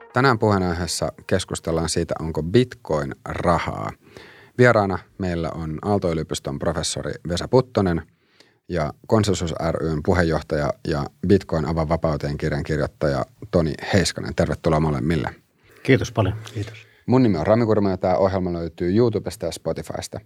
Tänään puheenaiheessa keskustellaan siitä, onko Bitcoin rahaa. Vieraana meillä on Aalto-yliopiston professori Vesa Puttonen ja Konsensus ry:n puheenjohtaja ja Bitcoin avaa vapauteen -kirjan kirjoittaja Toni Heiskanen. Tervetuloa molemmille. Kiitos paljon. Kiitos. Mun nimi on Rami Kurma ja tämä ohjelma löytyy YouTubesta ja Spotifysta.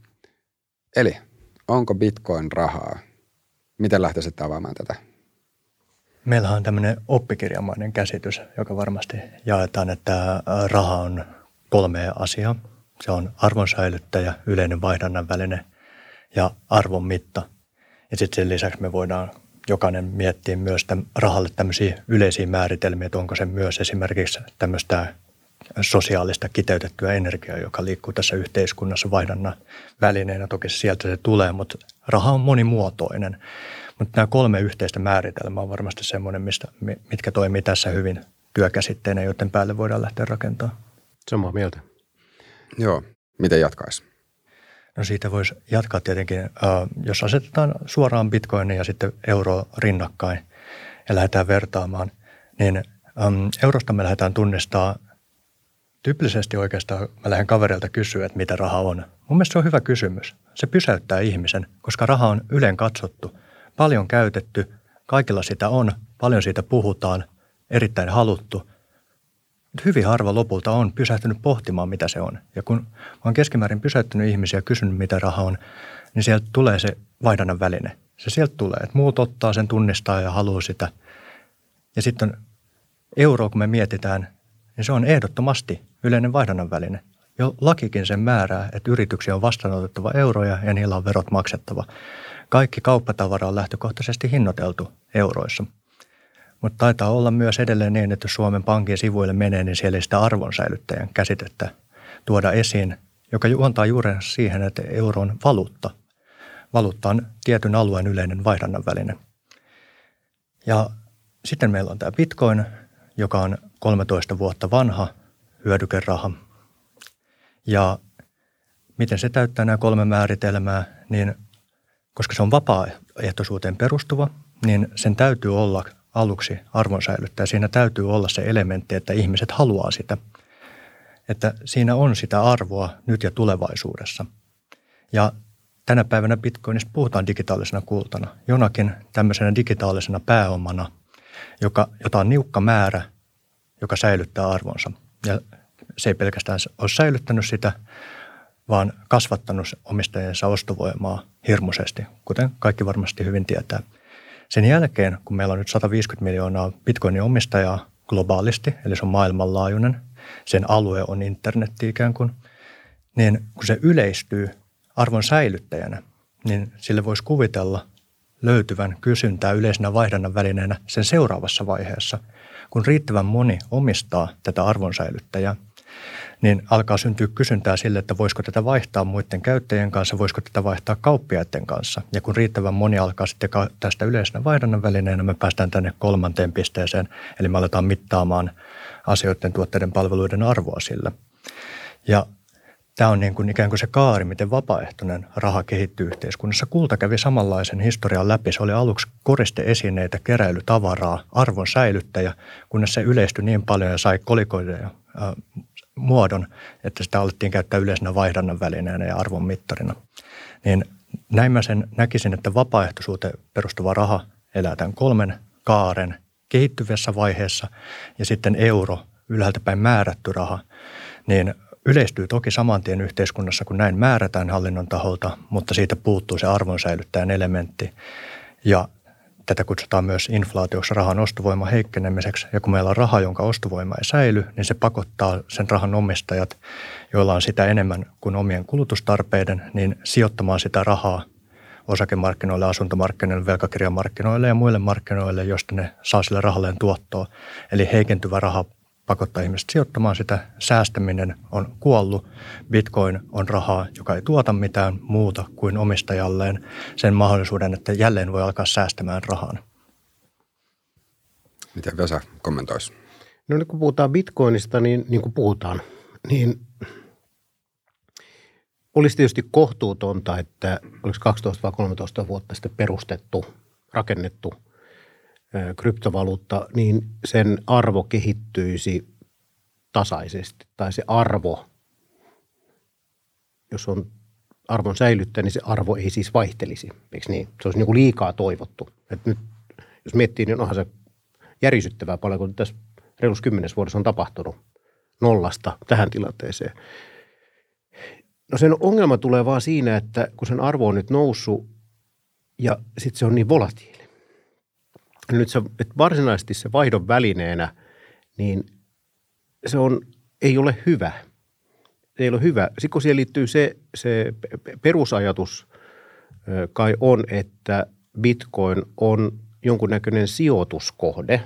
Eli onko Bitcoin rahaa? Miten lähtisit avaamaan tätä? Meillähän on tämmöinen oppikirjamainen käsitys, joka varmasti jaetaan, että raha on 3 asiaa. Se on arvonsäilyttäjä, yleinen vaihdannan väline ja arvon mitta. Ja sitten sen lisäksi me voidaan jokainen miettiä myös rahalle tämmöisiä yleisiä määritelmiä, että onko se myös esimerkiksi tämmöistä sosiaalista kiteytettyä energiaa, joka liikkuu tässä yhteiskunnassa vaihdannan välineenä. Toki sieltä se tulee, mutta raha on monimuotoinen. Mutta nämä 3 yhteistä määritelmää on varmasti semmoinen, mitkä toimii tässä hyvin työkäsitteenä, joiden päälle voidaan lähteä rakentamaan. Samaa mieltä. Joo. Miten jatkaisi? No siitä voisi jatkaa tietenkin, jos asetetaan suoraan bitcoinia ja sitten euroa rinnakkain ja lähdetään vertaamaan, niin eurosta me lähdetään tunnistaa tyypillisesti oikeastaan, mä lähden kaverilta kysyä, että mitä raha on. Mun mielestä se on hyvä kysymys. Se pysäyttää ihmisen, koska raha on yleen katsottu, paljon käytetty, kaikilla sitä on, paljon siitä puhutaan, erittäin haluttu. Hyvin harva lopulta on pysähtynyt pohtimaan, mitä se on. Ja kun mä oon keskimäärin pysäyttänyt ihmisiä ja kysynyt, mitä raha on, niin sieltä tulee se vaihdannan väline. Se sieltä tulee, että muut ottaa sen, tunnistaa ja haluaa sitä. Ja sitten euro, kun me mietitään, niin se on ehdottomasti yleinen vaihdannan väline. Jo lakikin sen määrää, että yrityksiä on vastaanotettava euroja ja niillä on verot maksettava. Kaikki kauppatavara on lähtökohtaisesti hinnoiteltu euroissa. Mutta taitaa olla myös edelleen niin, että jos Suomen Pankin sivuille menee, niin siellä ei sitä arvonsäilyttäjän käsitettä tuoda esiin, joka juontaa juuri siihen, että euro on valuutta. Valuutta on tietyn alueen yleinen vaihdannan väline. Ja sitten meillä on tämä Bitcoin, joka on 13 vuotta vanha hyödykeraha. Ja miten se täyttää nämä 3 määritelmää, niin koska se on vapaaehtoisuuteen perustuva, niin sen täytyy olla aluksi arvonsäilyttäjä. Siinä täytyy olla se elementti, että ihmiset haluaa sitä. Että siinä on sitä arvoa nyt ja tulevaisuudessa. Ja tänä päivänä Bitcoinista puhutaan digitaalisena kultana, jonakin tämmöisenä digitaalisena pääomana, jota on niukka määrä, joka säilyttää arvonsa. Ja se ei pelkästään ole säilyttänyt sitä, vaan kasvattanut omistajiensa ostovoimaa hirmuisesti, kuten kaikki varmasti hyvin tietää. Sen jälkeen, kun meillä on nyt 150 miljoonaa Bitcoinin omistajaa globaalisti, eli se on maailmanlaajuinen, sen alue on internetti ikään kuin, niin kun se yleistyy arvon säilyttäjänä, niin sille voisi kuvitella löytyvän kysyntää yleisenä vaihdannan välineenä sen seuraavassa vaiheessa. Kun riittävän moni omistaa tätä arvonsäilyttäjää, niin alkaa syntyä kysyntää sille, että voisiko tätä vaihtaa muiden käyttäjien kanssa, voisiko tätä vaihtaa kauppiaiden kanssa. Ja kun riittävän moni alkaa sitten tästä yleisenä vaihdannan välineenä, me päästään tänne 3. pisteeseen, eli me aletaan mittaamaan asioiden, tuotteiden, palveluiden arvoa sillä. Ja tämä on niin kuin ikään kuin se kaari, miten vapaaehtoinen raha kehittyy yhteiskunnassa. Kulta kävi samanlaisen historian läpi. Se oli aluksi koristeesineitä, keräilytavaraa, arvon säilyttäjä, kunnes se yleistyi niin paljon ja sai kolikoiden ja muodon, että sitä alettiin käyttää yleisenä vaihdannan välineenä ja arvon mittarina. Niin näin mä sen näkisin, että vapaaehtoisuuteen perustuva raha elää tämän 3 kaaren kehittyvässä vaiheessa ja sitten euro, ylhäältä päin määrätty raha, niin yleistyy toki saman tien yhteiskunnassa, kun näin määrätään hallinnon taholta, mutta siitä puuttuu se arvonsäilyttäjän elementti. Ja tätä kutsutaan myös inflaatioksi, rahan ostovoiman heikkenemiseksi. Ja kun meillä on raha, jonka ostovoima ei säily, niin se pakottaa sen rahan omistajat, joilla on sitä enemmän kuin omien kulutustarpeiden, niin sijoittamaan sitä rahaa osakemarkkinoille, asuntomarkkinoille, velkakirjamarkkinoille ja muille markkinoille, josta ne saa sille rahalleen tuottoa. Eli heikentyvä raha pakottaa ihmiset sijoittamaan sitä. Säästäminen on kuollut. Bitcoin on rahaa, joka ei tuota mitään muuta kuin omistajalleen sen mahdollisuuden, että jälleen voi alkaa säästämään rahaan. Miten Vesa kommentoisi? No nyt kun puhutaan Bitcoinista, niin kuin puhutaan, niin olisi tietysti kohtuutonta, että oliko 12 vai 13 vuotta sitten rakennettu kryptovaluutta, niin sen arvo kehittyisi tasaisesti tai se arvo, jos on arvon säilyttää, niin se arvo ei siis vaihtelisi. Eikö niin? Se olisi niin kuin liikaa toivottu. Et nyt, jos miettii, niin onhan se järisyttävää paljon, kun tässä reilussa 10 vuodessa on tapahtunut nollasta tähän tilanteeseen. No sen ongelma tulee vaan siinä, että kun sen arvo on nyt noussut ja sitten se on niin volatiili. Nyt että varsinaisesti se vaihdon välineenä, niin se ei ole hyvä. Ei ole hyvä. Sitten kun siihen liittyy se perusajatus kai on, että Bitcoin on jonkunnäköinen sijoituskohde.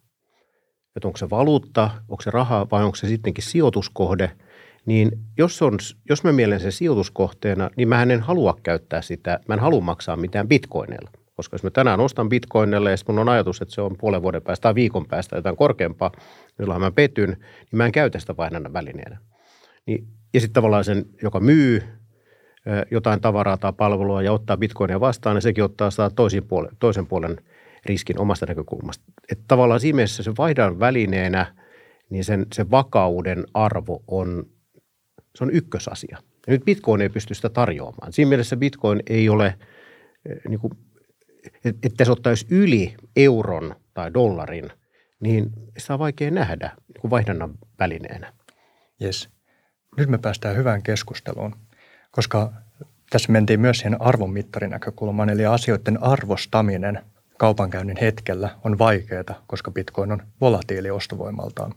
Että onko se valuutta, onko se raha vai onko se sittenkin sijoituskohde, niin jos mä mielen sen sijoituskohteena, niin mä en halua käyttää sitä, mä en halua maksaa mitään bitcoineilla. Koska jos mä tänään ostan bitcoinilla ja mun on ajatus, että se on puolen vuoden päästä tai viikon päästä jotain korkeampaa, jolloin mä petyn, niin mä en käytä sitä vaihdannan välineenä. Ja sitten tavallaan sen, joka myy jotain tavaraa tai palvelua ja ottaa bitcoinia vastaan, niin sekin ottaa sitä toisen puolen riskin omasta näkökulmasta. Että tavallaan siinä mielessä se vaihdan välineenä, niin sen vakauden arvo on ykkösasia. Ja nyt Bitcoin ei pysty sitä tarjoamaan. Siinä mielessä Bitcoin ei ole, niin kuin, että se ottaisi yli euron tai dollarin, niin sitä on vaikea nähdä niin kuin vaihdannan välineenä. Jes. Nyt me päästään hyvään keskusteluun, koska tässä mentiin myös siihen arvonmittarin näkökulmaan, eli asioiden arvostaminen kaupankäynnin hetkellä on vaikeaa, koska Bitcoin on volatiili ostovoimaltaan.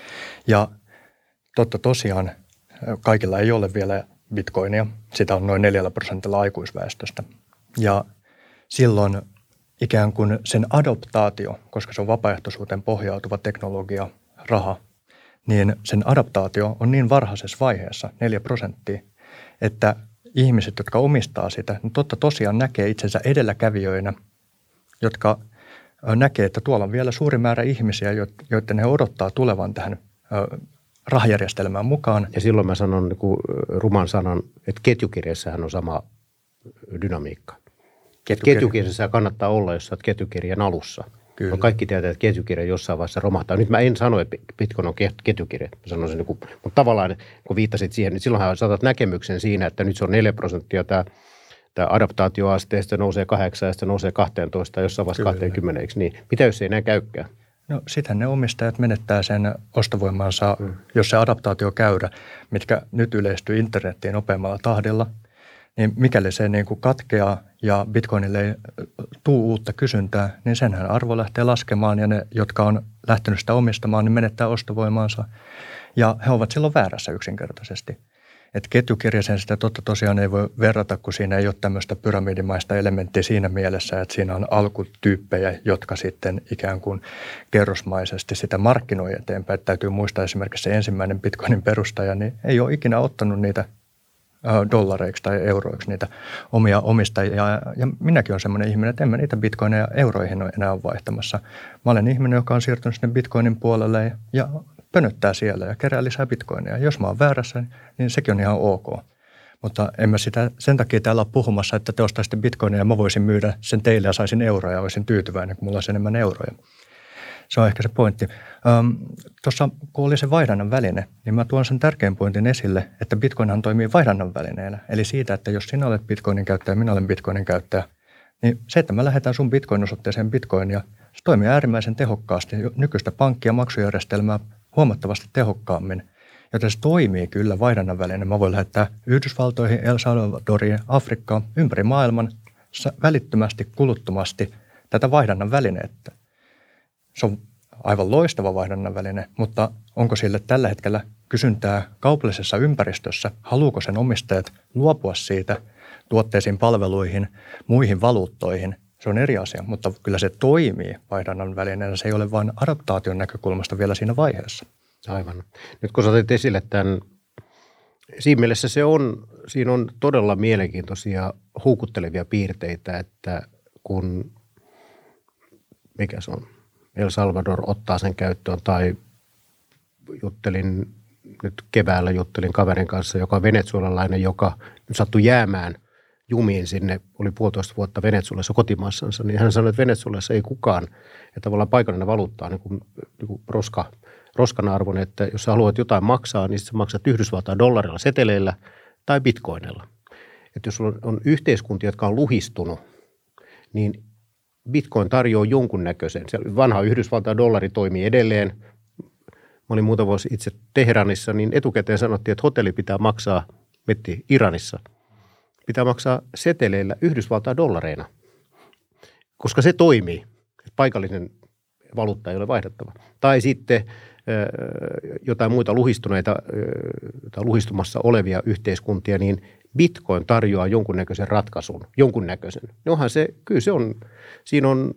Ja totta tosiaan kaikilla ei ole vielä Bitcoinia, sitä on noin 4% aikuisväestöstä. Ja silloin ikään kuin sen adoptaatio, koska se on vapaaehtoisuuteen pohjautuva teknologia, raha, niin sen adaptaatio on niin varhaisessa vaiheessa, 4%, että ihmiset, jotka omistaa sitä, niin totta tosiaan näkee itsensä edelläkävijöinä, jotka näkee, että tuolla on vielä suuri määrä ihmisiä, joiden he odottaa tulevan tähän rahajärjestelmään mukaan. Ja silloin mä sanon niin kuin ruman sanan, että ketjukirjassahan on sama dynamiikka. Ketjukirjassa kannattaa olla, jos sä oot ketjukirjan alussa. No kaikki tietää, että ketjukirja jossain vaiheessa romahtaa. Nyt mä en sano, että Bitcoin on ketjukirja. Mä sanon sen, mutta tavallaan kun viittasit siihen, niin silloinhan saatat näkemyksen siinä, että nyt se on 4% tämä adaptaatioaste, ja sitten nousee 8 ja sitten nousee 12 ja jossain vaiheessa 20, eikö niin? Mitä jos ei enää käykään? No sitähän ne omistajat menettää sen ostovoimansa, jos se adaptaatio käydä, mitkä nyt yleistyy internettiin nopeammalla tahdilla, niin mikäli se niin kuin katkeaa ja Bitcoinille ei tule uutta kysyntää, niin senhän arvo lähtee laskemaan ja ne, jotka on lähtenyt sitä omistamaan, niin menettää ostovoimaansa ja he ovat silloin väärässä yksinkertaisesti. Että ketjukirjaseen sitä totta tosiaan ei voi verrata, kun siinä ei ole tämmöistä pyramidimaista elementtiä siinä mielessä, että siinä on alkutyyppejä, jotka sitten ikään kuin kerrosmaisesti sitä markkinoi eteenpäin. Että täytyy muistaa esimerkiksi se ensimmäinen Bitcoinin perustaja, niin ei ole ikinä ottanut niitä dollareiksi tai euroiksi niitä omia omistajia. Ja minäkin olen semmoinen ihminen, että en mä niitä bitcoineja euroihin enää ole vaihtamassa. Mä olen ihminen, joka on siirtynyt sinne bitcoinin puolelle ja pönöttää siellä ja kerää lisää bitcoineja. Jos mä oon väärässä, niin sekin on ihan ok. Mutta en mä sitä sen takia täällä ole puhumassa, että te ostaisitte bitcoineja ja mä voisin myydä sen teille ja saisin euroja ja olisin tyytyväinen, kun mulla olisi enemmän euroja. Se on ehkä se pointti. Tuossa kun oli se vaihdannan väline, niin mä tuon sen tärkeän pointin esille, että Bitcoinhan toimii vaihdannan välineenä. Eli siitä, että jos sinä olet Bitcoinin käyttäjä ja minä olen Bitcoinin käyttäjä, niin se, että mä lähetän sun Bitcoin-osoitteeseen Bitcoinia, se toimii äärimmäisen tehokkaasti nykyistä pankki- ja maksujärjestelmää huomattavasti tehokkaammin. Joten se toimii kyllä vaihdannan väline. Mä voin lähettää Yhdysvaltoihin, El Salvadoriin, Afrikkaan, ympäri maailman välittömästi, kuluttomasti tätä vaihdannan välineettä. Se on aivan loistava vaihdannan väline, mutta onko sille tällä hetkellä kysyntää kaupallisessa ympäristössä? Haluuko sen omistajat luopua siitä tuotteisiin, palveluihin, muihin valuuttoihin? Se on eri asia, mutta kyllä se toimii vaihdannan välineenä. Se ei ole vain adaptaation näkökulmasta vielä siinä vaiheessa. Aivan. Nyt kun sä otit esille tämän, siinä mielessä siinä on todella mielenkiintoisia houkuttelevia piirteitä, että kun, mikä se on, El Salvador ottaa sen käyttöön tai keväällä juttelin kaverin kanssa, joka on venezuelalainen, joka nyt sattui jäämään jumiin sinne, oli 1,5 vuotta Venezuelassa kotimaassansa, niin hän sanoi, että Venezuelassa ei kukaan, että tavallaan paikallinen valuutta on niin kuin roskana arvon, että jos sä haluat jotain maksaa, niin sä maksat Yhdysvaltain dollarilla, seteleillä tai bitcoinilla. Että jos on yhteiskuntia, jotka on luhistunut, niin bitcoin tarjoaa jonkunnäköisen. Se vanha Yhdysvaltain dollari toimii edelleen. Mä olin muutama vuosi itse Teheranissa, niin etukäteen sanottiin, että hotelli pitää maksaa, Iranissa, pitää maksaa seteleillä Yhdysvaltain dollareina, koska se toimii. Paikallinen valuutta ei ole vaihdettava. Tai sitten jotain muita luhistuneita tai luhistumassa olevia yhteiskuntia, niin bitcoin tarjoaa jonkunnäköisen ratkaisun, jonkunnäköisen. Onhan se, kyllä se on, siinä on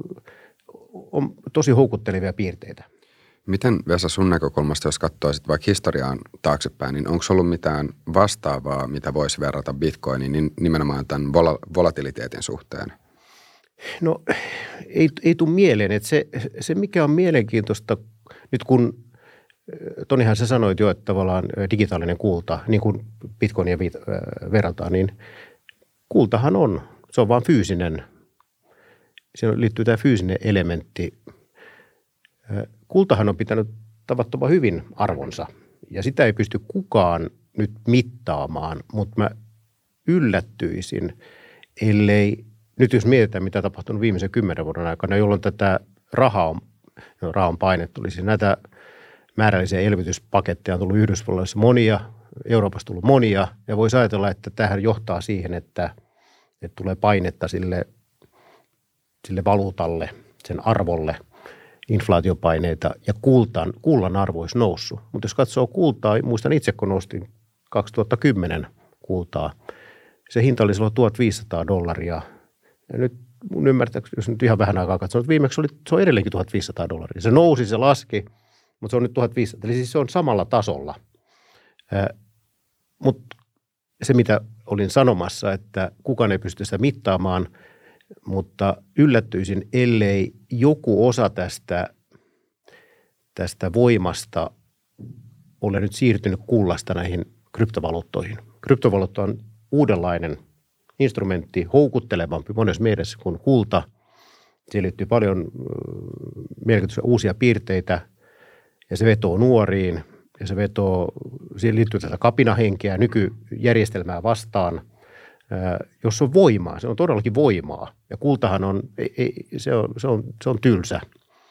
tosi houkuttelevia piirteitä. Miten, Vesa, sun näkökulmasta, jos katsoisit vaikka historiaan taaksepäin, niin onko ollut mitään vastaavaa, mitä voisi verrata bitcoiniin niin nimenomaan tämän volatiliteetin suhteen? No ei tule mieleen, että se mikä on mielenkiintoista, nyt kun Tonihan sä sanoit jo, että tavallaan digitaalinen kulta, niin kuin bitcoinia verrataan, niin kultahan se on vaan fyysinen, siihen liittyy tämä fyysinen elementti. Kultahan on pitänyt tavattoman hyvin arvonsa ja sitä ei pysty kukaan nyt mittaamaan, mutta mä yllättyisin, ellei, nyt jos mietitään mitä on tapahtunut viimeisen 10 vuoden aikana, jolloin tätä rahan painettu, eli siis näitä määrällisiä elvytyspaketteja on tullut Yhdysvalloissa monia, Euroopassa tullut monia, ja voisi ajatella, että tähän johtaa siihen, että tulee painetta sille valuutalle, sen arvolle, inflaatiopaineita, ja kullan arvo olisi noussut. Mutta jos katsoo kultaa, muistan itse, kun nostin 2010 kultaa, se hinta oli silloin $1,500, ja nyt mun ymmärtääkseni, jos nyt ihan vähän aikaa katsonut, viimeksi se on edelleenkin $1,500. Se nousi, se laski, mutta se on nyt 1,500, eli siis se on samalla tasolla. Mutta se, mitä olin sanomassa, että kukaan ei pysty sitä mittaamaan, mutta yllättyisin, ellei joku osa tästä voimasta ole nyt siirtynyt kullasta näihin kryptovaluuttoihin. Kryptovaluutta on uudenlainen instrumentti, houkuttelevampi monessa mielessä kuin kulta. Siihen liittyy paljon mielenkiintoisia uusia piirteitä ja se vetoo nuoriin ja siihen liittyy tätä kapinahenkeä nykyjärjestelmää vastaan. Jos on voimaa, se on todellakin voimaa ja kultahan se on tylsä.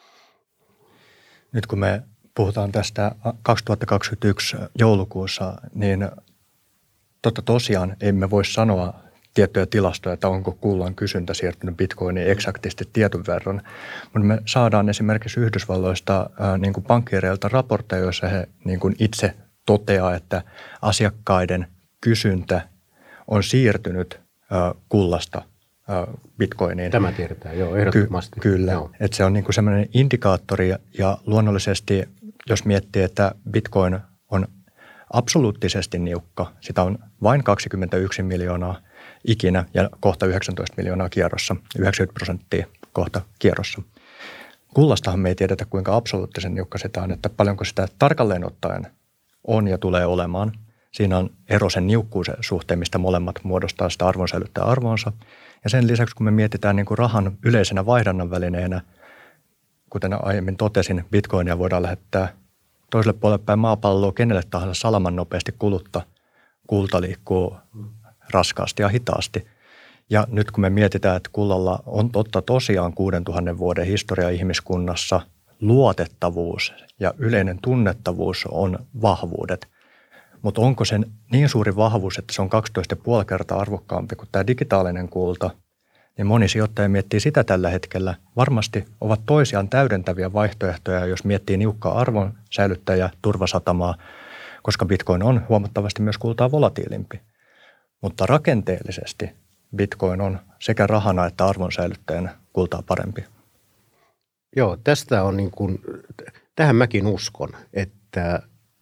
Nyt kun me puhutaan tästä 2021 joulukuussa, niin tosiaan emme voi sanoa tiettyjä tilastoja, että onko kullan kysyntä siirtynyt bitcoiniin eksaktisti tietyn verran. Mutta me saadaan esimerkiksi Yhdysvalloista niin kuin pankkiireilta raportteja, joissa he niin kuin itse toteaa, että asiakkaiden kysyntä on siirtynyt kullasta bitcoiniin. Tämä tiedetään, joo, ehdottomasti. Kyllä, että se on niin kuin sellainen indikaattori ja luonnollisesti, jos miettii, että bitcoin on absoluuttisesti niukka, sitä on vain 21 miljoonaa ikinä ja kohta 19 miljoonaa kierrossa, 90% kohta kierrossa. Kullastahan me ei tiedetä, kuinka absoluuttisen niukka sitä on, että paljonko sitä tarkalleen ottaen on ja tulee olemaan. Siinä on ero sen niukkuuden suhteen, mistä molemmat muodostaa sitä arvonsäilyttää arvonsa. Ja sen lisäksi, kun me mietitään niin kuin rahan yleisenä vaihdannan välineenä, kuten aiemmin totesin, bitcoinia voidaan lähettää toiselle puolelle päin maapalloa kenelle tahansa salaman nopeasti kulutta. Kulta liikkuu raskaasti ja hitaasti. Ja nyt kun me mietitään, että kullalla on totta tosiaan 6000 vuoden historia ihmiskunnassa, luotettavuus ja yleinen tunnettavuus on vahvuudet. Mutta onko se niin suuri vahvuus, että se on 12,5 kertaa arvokkaampi kuin tämä digitaalinen kulta, niin moni sijoittaja miettii sitä tällä hetkellä. Varmasti ovat toisiaan täydentäviä vaihtoehtoja, jos miettii niukkaa arvon säilyttäjä turvasatamaa, koska bitcoin on huomattavasti myös kultaa volatiilimpi. Mutta rakenteellisesti bitcoin on sekä rahana että arvonsäilyttäjänä kultaa parempi. Joo, tästä on niin kuin, tähän mäkin uskon, että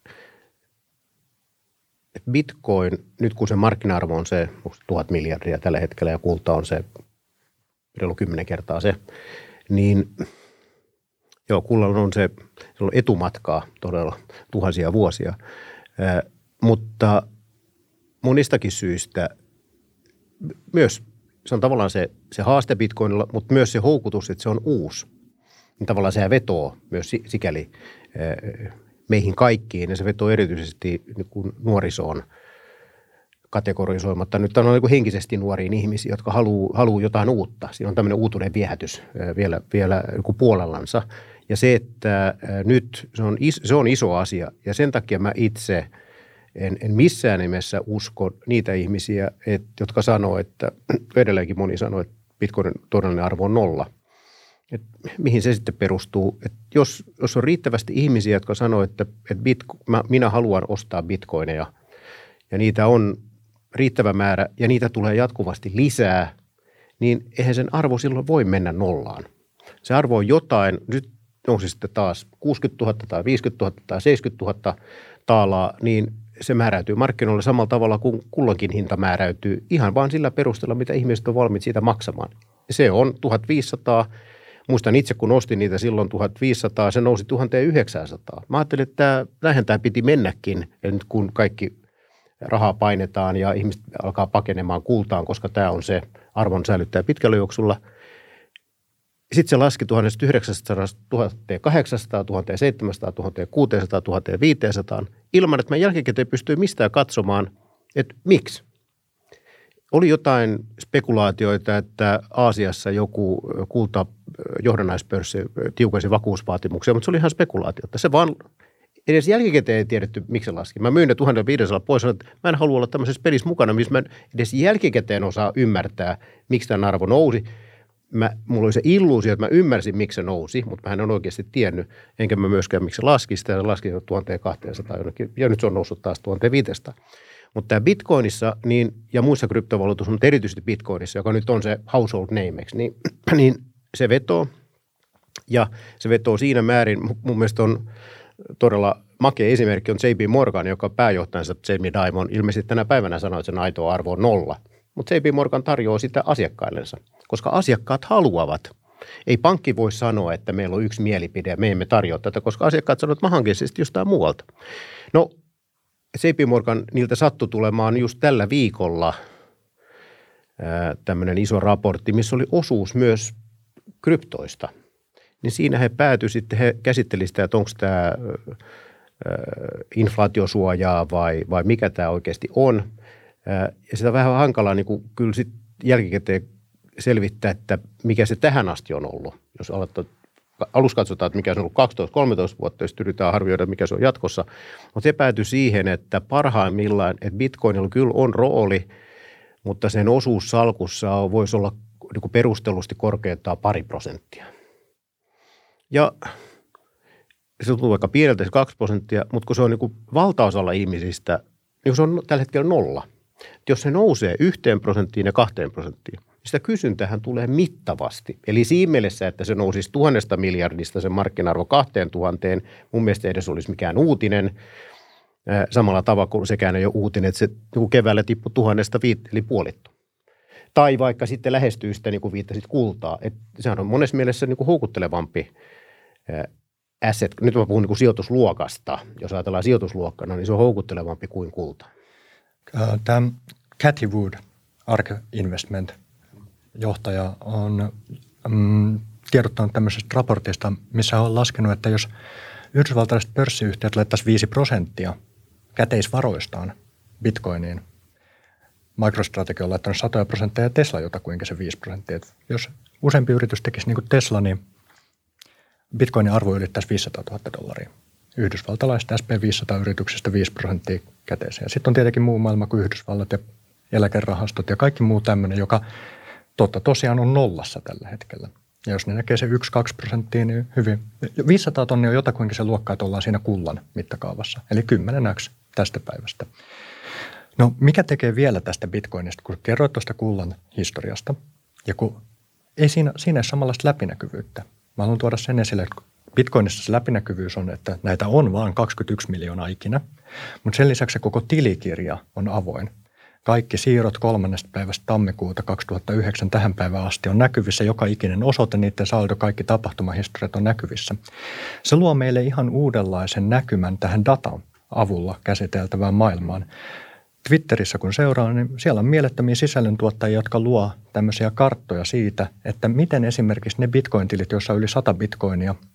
bitcoin, nyt kun se markkina-arvo on se 1000 miljardia tällä hetkellä ja kulta on se reilu 10 kertaa se, niin joo, kullalla on se on etumatkaa todella tuhansia vuosia, mutta monistakin syistä myös se on tavallaan se haaste bitcoinilla, mutta myös se houkutus, että se on uusi. Niin tavallaan sehän vetoo myös sikäli. meihin kaikkiin, ja se vetoo erityisesti niin kuin nuorisoon kategorisoimatta. Nyt on niin kuin henkisesti nuoriin ihmisiä, jotka haluaa jotain uutta. Siinä on tämmöinen uutuuden viehätys vielä niin kuin puolellansa. Ja se, että nyt se on iso asia, ja sen takia mä itse en missään nimessä usko niitä ihmisiä, jotka sanoo, että edelleenkin moni sanoo, että Bitcoinin todellinen arvo on 0. Et mihin se sitten perustuu? Et jos on riittävästi ihmisiä, jotka sanoo, että minä haluan ostaa bitcoineja ja niitä on riittävä määrä ja niitä tulee jatkuvasti lisää, niin eihän sen arvo silloin voi mennä 0. Se arvo on jotain, nyt nousi sitten taas 60 000 tai 50 000 tai 70 000 taalaa, niin se määräytyy markkinoilla samalla tavalla kuin kulloinkin hinta määräytyy ihan vaan sillä perusteella, mitä ihmiset on valmiit siitä maksamaan. Se on 1500. Muistan itse, kun ostin niitä silloin 1500, se nousi 1900. Mä ajattelin, että näinhän tämä piti mennäkin, ja nyt kun kaikki rahaa painetaan ja ihmiset alkaa pakenemaan kultaan, koska tämä on se arvon säilyttäjä pitkällä juoksulla. Sitten se laski 1900, 1800, 1700, 1600, 1500 ilman, että mä jälkikäteen pystyin mistään katsomaan, että miksi. Oli jotain spekulaatioita, että Aasiassa joku kulta johdannaispörssi tiukensi vakuusvaatimuksia, mutta se oli ihan spekulaatiota. Se vaan edes jälkikäteen ei tiedetty, miksi se laski. Mä myin ne 1500 pois, että mä en halua olla tämmöisessä pelissä mukana, missä mä edes jälkikäteen osaa ymmärtää, miksi tämän arvo nousi. Mulla oli se illuusio, että mä ymmärsin, miksi se nousi, mutta mä en ole oikeasti tiennyt, enkä mä myöskään, miksi se laski. Sitä se laski 1200 jonnekin, ja nyt se on noussut taas 1500. Mutta tämä Bitcoinissa ja muissa kryptovaluutoissa, mutta erityisesti Bitcoinissa, joka nyt on se household name, niin se vetoo. Ja se vetoo siinä määrin, mun mielestä on todella makea esimerkki on JP Morgan, joka pääjohtajansa Jamie Dimon ilmeisesti tänä päivänä sanoi, että sen aito arvo on 0. Mutta JP Morgan tarjoaa sitä asiakkaillensa, koska asiakkaat haluavat. Ei pankki voi sanoa, että meillä on yksi mielipide ja me emme tarjoa tätä, koska asiakkaat sanovat, että mä hankin siis jostain muualta. No, JP Morgan niiltä sattui tulemaan just tällä viikolla tämmöinen iso raportti, missä oli osuus myös kryptoista. Niin siinä he päätyi sitten, he käsittelivät sitä, että onko tämä inflaatiosuojaa vai mikä tämä oikeasti on. Ja sitä on vähän hankalaa niin kuin kyllä sitten jälkikäteen selvittää, että mikä se tähän asti on ollut. Jos alussa katsotaan, että mikä se on ollut 12-13 vuotta, jos yritetään arvioida, mikä se on jatkossa. Mutta se päätyi siihen, että parhaimmillaan, että Bitcoinilla kyllä on rooli, mutta sen osuus salkussa voisi olla niin kuin perustellusti korkeintaan 2%. Ja se tuntuu vaikka pieneltä se 2%, mutta kun se on niin kuin valtaosalla ihmisistä, niin se on tällä hetkellä 0. Jos se nousee 1% ja 2%, niin sitä kysyntähän tulee mittavasti. Eli siinä mielessä, että se nousisi 1000 miljardista sen markkina-arvo 2000, mun mielestä ei edes olisi mikään uutinen. Samalla tavalla kuin sekään ei ole uutinen, että se keväällä tippui 1005, eli puolittu. Tai vaikka sitten lähestyy sitä, niin kuin viittasit, kultaa. Että sehän on monessa mielessä niin kuin houkuttelevampi asset. Nyt mä puhun niin kuin sijoitusluokasta. Jos ajatellaan sijoitusluokkana, niin se on houkuttelevampi kuin kulta. Tämä Cathie Wood, ARK Investment johtaja, on tiedottanut tämmöisestä raportista, missä on laskenut, että jos yhdysvaltalaiset pörssiyhtiöt laittaisi 5% käteisvaroistaan bitcoiniin, MicroStrategy on laittanut 100% ja Tesla jotakuinkin se 5%. Et jos useampi yritys tekisi niin kuin Tesla, niin bitcoinin arvo ylittäisi $500,000. Yhdysvaltalaiset SP500-yrityksestä 5% käteiseen. Sitten on tietenkin muu maailma kuin Yhdysvallat ja eläkerahastot ja kaikki muu tämmöinen, joka tosiaan on nollassa tällä hetkellä. Ja jos ne näkee se 1-2%, niin hyvin. 500 tonnia on jotakuinkin se luokka, että ollaan siinä kullan mittakaavassa. Eli 10x tästä päivästä. No mikä tekee vielä tästä bitcoinista, kun kerroit tuosta kullan historiasta ja kun ei siinä ole samanlaista läpinäkyvyyttä. Mä haluan tuoda sen esille, että bitcoinissa se läpinäkyvyys on, että näitä on vain 21 miljoonaa ikinä, mutta sen lisäksi se koko tilikirja on avoin. Kaikki siirrot 3. päivästä tammikuuta 2009 tähän päivään asti on näkyvissä. Joka ikinen osoite, niiden saldo, kaikki tapahtumahistoriat on näkyvissä. Se luo meille ihan uudenlaisen näkymän tähän datan avulla käsiteltävään maailmaan. Twitterissä kun seuraa, niin siellä on mielettömiä sisällöntuottajia, jotka luo tämmöisiä karttoja siitä, että miten esimerkiksi ne bitcoin-tilit, joissa on yli 100 bitcoinia,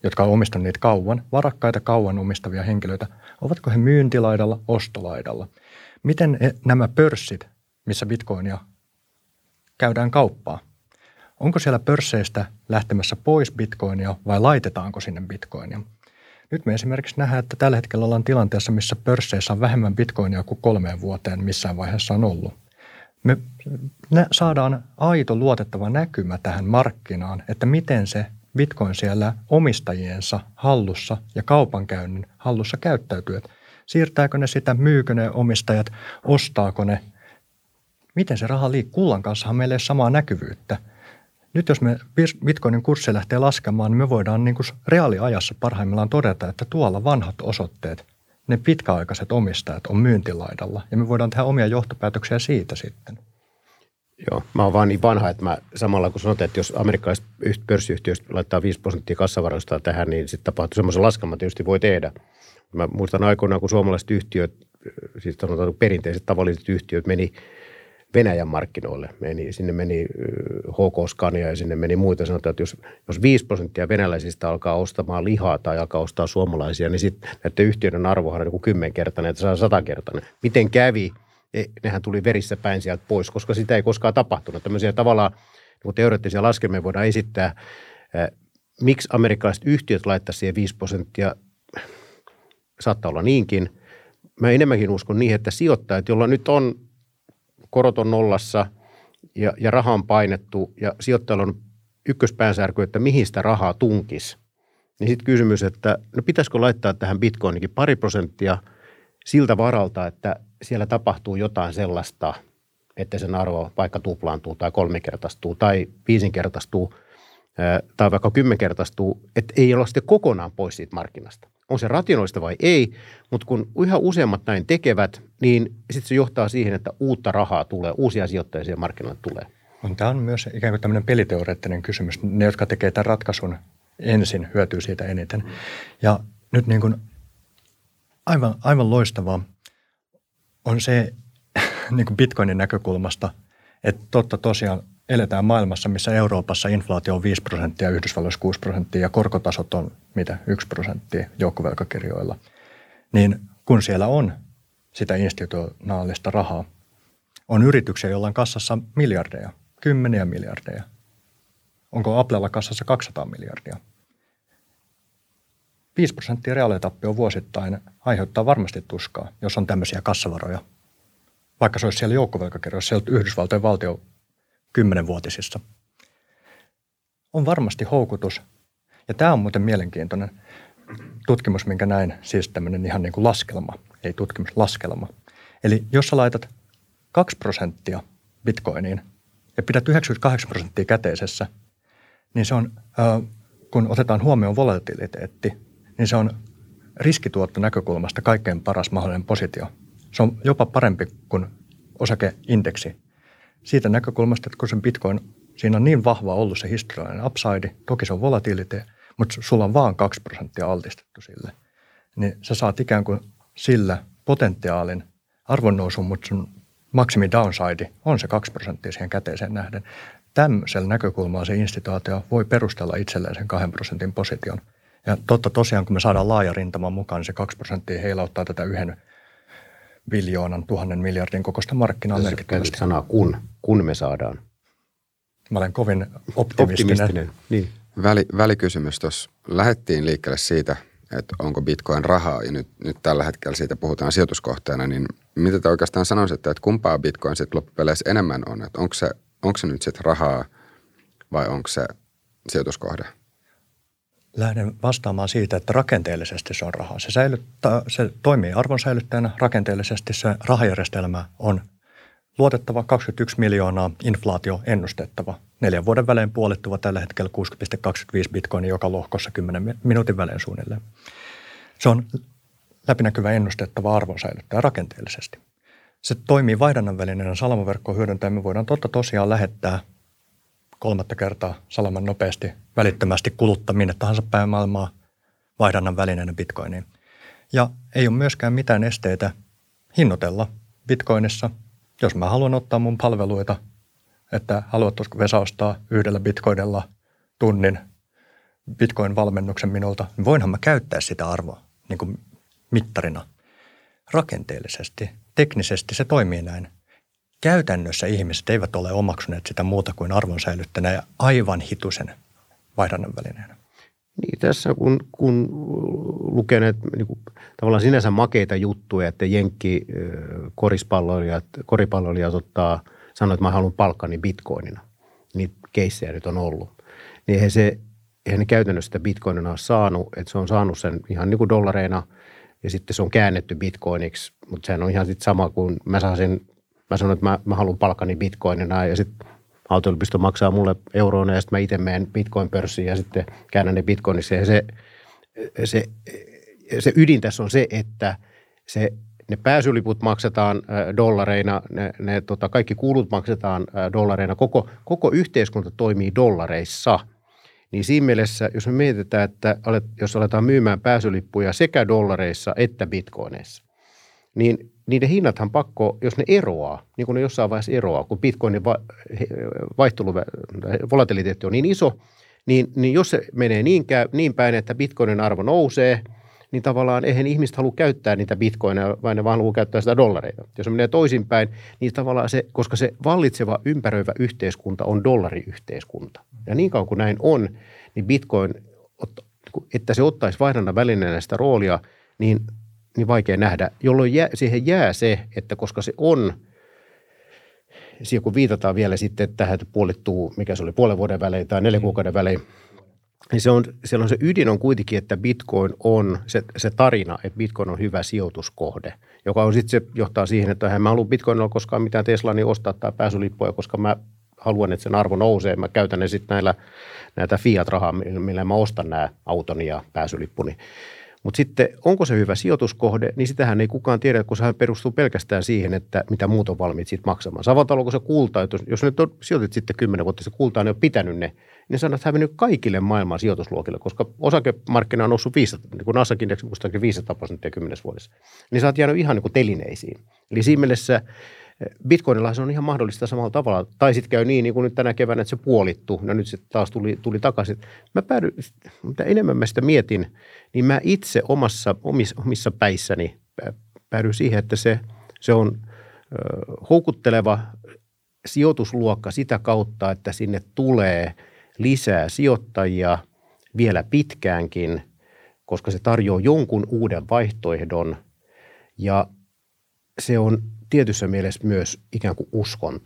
jotka on omistanut niitä kauan, varakkaita kauan omistavia henkilöitä, ovatko he myyntilaidalla, ostolaidalla? Miten nämä pörssit, missä bitcoinia käydään kauppaa, onko siellä pörsseistä lähtemässä pois bitcoinia vai laitetaanko sinne bitcoinia? Nyt me esimerkiksi nähdään, että tällä hetkellä ollaan tilanteessa, missä pörsseissä on vähemmän bitcoinia kuin 3 vuoteen missään vaiheessa on ollut. Me saadaan aito luotettava näkymä tähän markkinaan, että miten se bitcoin siellä omistajiensa hallussa ja kaupankäynnin hallussa käyttäytyy. Siirtääkö ne sitä, myykö ne omistajat, ostaako ne, miten se raha liikkuu. Kullan kanssahan meillä ei ole samaa näkyvyyttä. Nyt jos me bitcoinin kurssi lähtee laskemaan, niin me voidaan niin kuin reaaliajassa parhaimmillaan todeta, että tuolla vanhat osoitteet, ne pitkäaikaiset omistajat on myyntilaidalla ja me voidaan tehdä omia johtopäätöksiä siitä sitten. Joo, mä oon vaan niin vanha, että mä samalla kun sanotaan, että jos amerikkalaiset pörssiyhtiöistä laittaa 5% kassavaroista tähän, niin sitten tapahtuu semmoisen laskelman tietysti voi tehdä. Mä muistan aikoinaan, kun suomalaiset yhtiöt, siis sanotaan perinteiset tavalliset yhtiöt meni Venäjän markkinoille. Sinne meni HK-Scania ja sinne meni muita. Sanotaan, että jos 5% venäläisistä alkaa ostamaan lihaa tai alkaa ostaa suomalaisia, niin sitten näiden yhtiöiden arvohan on joku 10-kertainen, että saa 100-kertainen. Miten kävi? Nehän tuli verissä päin sieltä pois, koska sitä ei koskaan tapahtunut. Tämmöisiä tavallaan niin teoreettisia laskelmia voidaan esittää. Miksi amerikkalaiset yhtiöt laittaisivat siihen 5%? Saattaa olla niinkin. Mä enemmänkin uskon niin, että sijoittajat, joilla nyt on korot on nollassa ja raha on painettu ja sijoittajalla on ykköspäänsärky, että mihin sitä rahaa tunkisi. Niin sitten kysymys, että no pitäisikö laittaa tähän bitcoinikin 2% siltä varalta, että siellä tapahtuu jotain sellaista, että sen arvo vaikka tuplaantuu tai 3-kertaistuu tai 5-kertaistuu tai vaikka 10-kertaistuu, että ei olla sitten kokonaan pois siitä markkinasta. On se rationaalista vai ei, mutta kun yhä useammat näin tekevät, niin sitten se johtaa siihen, että uutta rahaa tulee, uusia sijoittajia siihen markkinoille tulee. Tämä on myös ikään kuin tämmöinen peliteoreettinen kysymys. Ne, jotka tekee tämän ratkaisun ensin, hyötyy siitä eniten. Ja nyt niin kuin aivan loistavaa on se niin kuin bitcoinin näkökulmasta, että totta tosiaan eletään maailmassa, missä Euroopassa inflaatio on 5%, Yhdysvalloissa 6% ja korkotasot on 1% joukkovelkakirjoilla. Niin kun siellä on sitä institutionaalista rahaa, on yrityksiä, joilla on kassassa miljardeja, 10 miljardeja. Onko Applella kassassa 200 miljardia? 5% reaalitappio vuosittain aiheuttaa varmasti tuskaa, jos on tämmöisiä kassavaroja. Vaikka se olisi siellä joukkovelkakirjoissa, siellä Yhdysvaltojen valtio 10-vuotisissa. On varmasti houkutus. Ja tämä on muuten mielenkiintoinen tutkimus, minkä näin, siis tämmöinen ihan niin kuin laskelma, ei tutkimus, laskelma. Eli jos sä laitat 2% bitcoiniin ja pidät 98% käteisessä, niin se on, kun otetaan huomioon volatiliteetti, niin se on riskituotto näkökulmasta kaikkein paras mahdollinen positio. Se on jopa parempi kuin osakeindeksi. Siitä näkökulmasta, että kun se bitcoin, siinä on niin vahva ollut se historiallinen upside, toki se on volatilite, mutta sulla on vaan 2% altistettu sille, niin sä saat ikään kuin sillä potentiaalin arvonnousun, mutta sun maksimi downside on se 2% siihen käteiseen nähden. Tämmöisellä näkökulmalla se instituutio voi perustella itselleen sen 2% position. Ja totta tosiaan, kun me saadaan laaja rintama mukaan, niin se 2% heilauttaa tätä 1 biljoonan, 1000 miljardin kokoista markkinaa merkittävästi. Sanaa kun me saadaan. Mä olen kovin optimistinen. Niin. Välikysymys tuossa. Lähdettiin liikkeelle siitä, että onko bitcoin rahaa ja nyt tällä hetkellä siitä puhutaan sijoituskohteena, niin mitä te oikeastaan sanoisitte, että kumpaa bitcoin sitten loppupeleissä enemmän on? Että onko se nyt sitten rahaa vai onko se sijoituskohde? Lähden vastaamaan siitä, että rakenteellisesti se on rahaa. Se toimii arvon säilyttäjänä. Rakenteellisesti se rahajärjestelmä on luotettava, 21 miljoonaa, inflaatio ennustettava. 4 vuoden välein puolittuva tällä hetkellä 6,25 bitcoinia joka lohkossa 10 minuutin välein suunnilleen. Se on läpinäkyvä ennustettava arvon säilyttäjä rakenteellisesti. Se toimii vaihdannan välineenä salamaverkkoa hyödyntäen. Me voidaan tosiaan lähettää 3. kertaa salaman nopeasti, välittömästi kuluttaa minne tahansa päin maailmaa vaihdannan välineenä bitcoiniin. Ja ei ole myöskään mitään esteitä hinnoitella bitcoinissa. Jos mä haluan ottaa mun palveluita, että haluatko Vesa ostaa 1 bitcoinilla tunnin Bitcoin-valmennuksen minulta, niin voinhan mä käyttää sitä arvoa niin kuin mittarina. Rakenteellisesti, teknisesti se toimii näin. Käytännössä ihmiset eivät ole omaksuneet sitä muuta kuin arvon säilyttäneen ja aivan hitusen vaihdannan välineenä. Niin, tässä kun lukee näitä niin kuin, tavallaan sinänsä makeita juttuja, että jenkki koripalloilijat sanoo, että mä haluan palkkani bitcoinina. Niitä keissejä nyt on ollut. Niin eihän ne käytännössä sitä bitcoinina ole saanut, että se on saanut sen ihan niin kuin dollareina ja sitten se on käännetty bitcoiniksi, mutta sehän on ihan sitten sama kuin mä sanon, että mä haluan palkkani bitcoinina ja sitten Aalto-yliopisto maksaa mulle euroina ja sitten mä itse menen bitcoin-pörssiin ja sitten käännän ne bitcoiniksi. Ja se ydin tässä on se, että ne pääsyliput maksetaan dollareina, kaikki kulut maksetaan dollareina, koko yhteiskunta toimii dollareissa. Niin siinä mielessä, jos me mietitään, että jos aletaan myymään pääsylippuja sekä dollareissa että bitcoineissa, niin niiden hinnathan pakko, jos ne eroaa, niin kuin ne jossain vaiheessa eroaa, kun bitcoinin volatiliteetti on niin iso, niin jos se menee niin päin, että bitcoinin arvo nousee, niin tavallaan eihän ihmiset halua käyttää niitä bitcoineja, vaan ne vaan haluaa käyttää sitä dollareita. Jos se menee toisinpäin, niin tavallaan koska se vallitseva ympäröivä yhteiskunta on dollariyhteiskunta. Ja niin kauan kuin näin on, niin bitcoin, että se ottaisi vaihdannan välineenä sitä roolia, niin vaikea nähdä, jolloin siihen jää se, että koska se on, siihen kun viitataan vielä sitten tähän, että puolittuu, mikä se oli, puolen vuoden välein tai 4 kuukauden välein, niin siellä on se ydin on kuitenkin, että bitcoin on se tarina, että bitcoin on hyvä sijoituskohde, joka on sitten se johtaa siihen, että en mä halua bitcoinilla koskaan mitään Teslania ostaa tai pääsylippuja, koska mä haluan, että sen arvo nousee. Mä käytän ne sitten näitä fiat-rahaa, millä mä ostan nämä autoni ja pääsylippuni. Mutta sitten onko se hyvä sijoituskohde, niin sitähän ei kukaan tiedä, kun sehän perustuu pelkästään siihen, että mitä muut on valmiit siitä maksamaan. Samalla tavalla kuin se kulta, että jos nyt sijoitit sitten 10 vuotta, se kulta ne on pitänyt ne, niin sanat, että hävinnyt kaikille maailman sijoitusluokille, koska osakemarkkina on noussut 500, niin kuin Nasdaq-indeksi muistaakin 500% 10 vuodessa. Niin sä oot jäänyt ihan niin kuin telineisiin. Eli siinä mielessä Bitcoinilla se on ihan mahdollista samalla tavalla. Tai sitten käy niin kuin nyt tänä keväänä, että se puolittuu. No nyt se taas tuli takaisin. Mitä enemmän mä sitä mietin, niin mä itse omissa päissäni päädyin siihen, että se on houkutteleva sijoitusluokka sitä kautta, että sinne tulee lisää sijoittajia vielä pitkäänkin, koska se tarjoaa jonkun uuden vaihtoehdon ja se on tietyssä mielessä myös ikään kuin uskonto.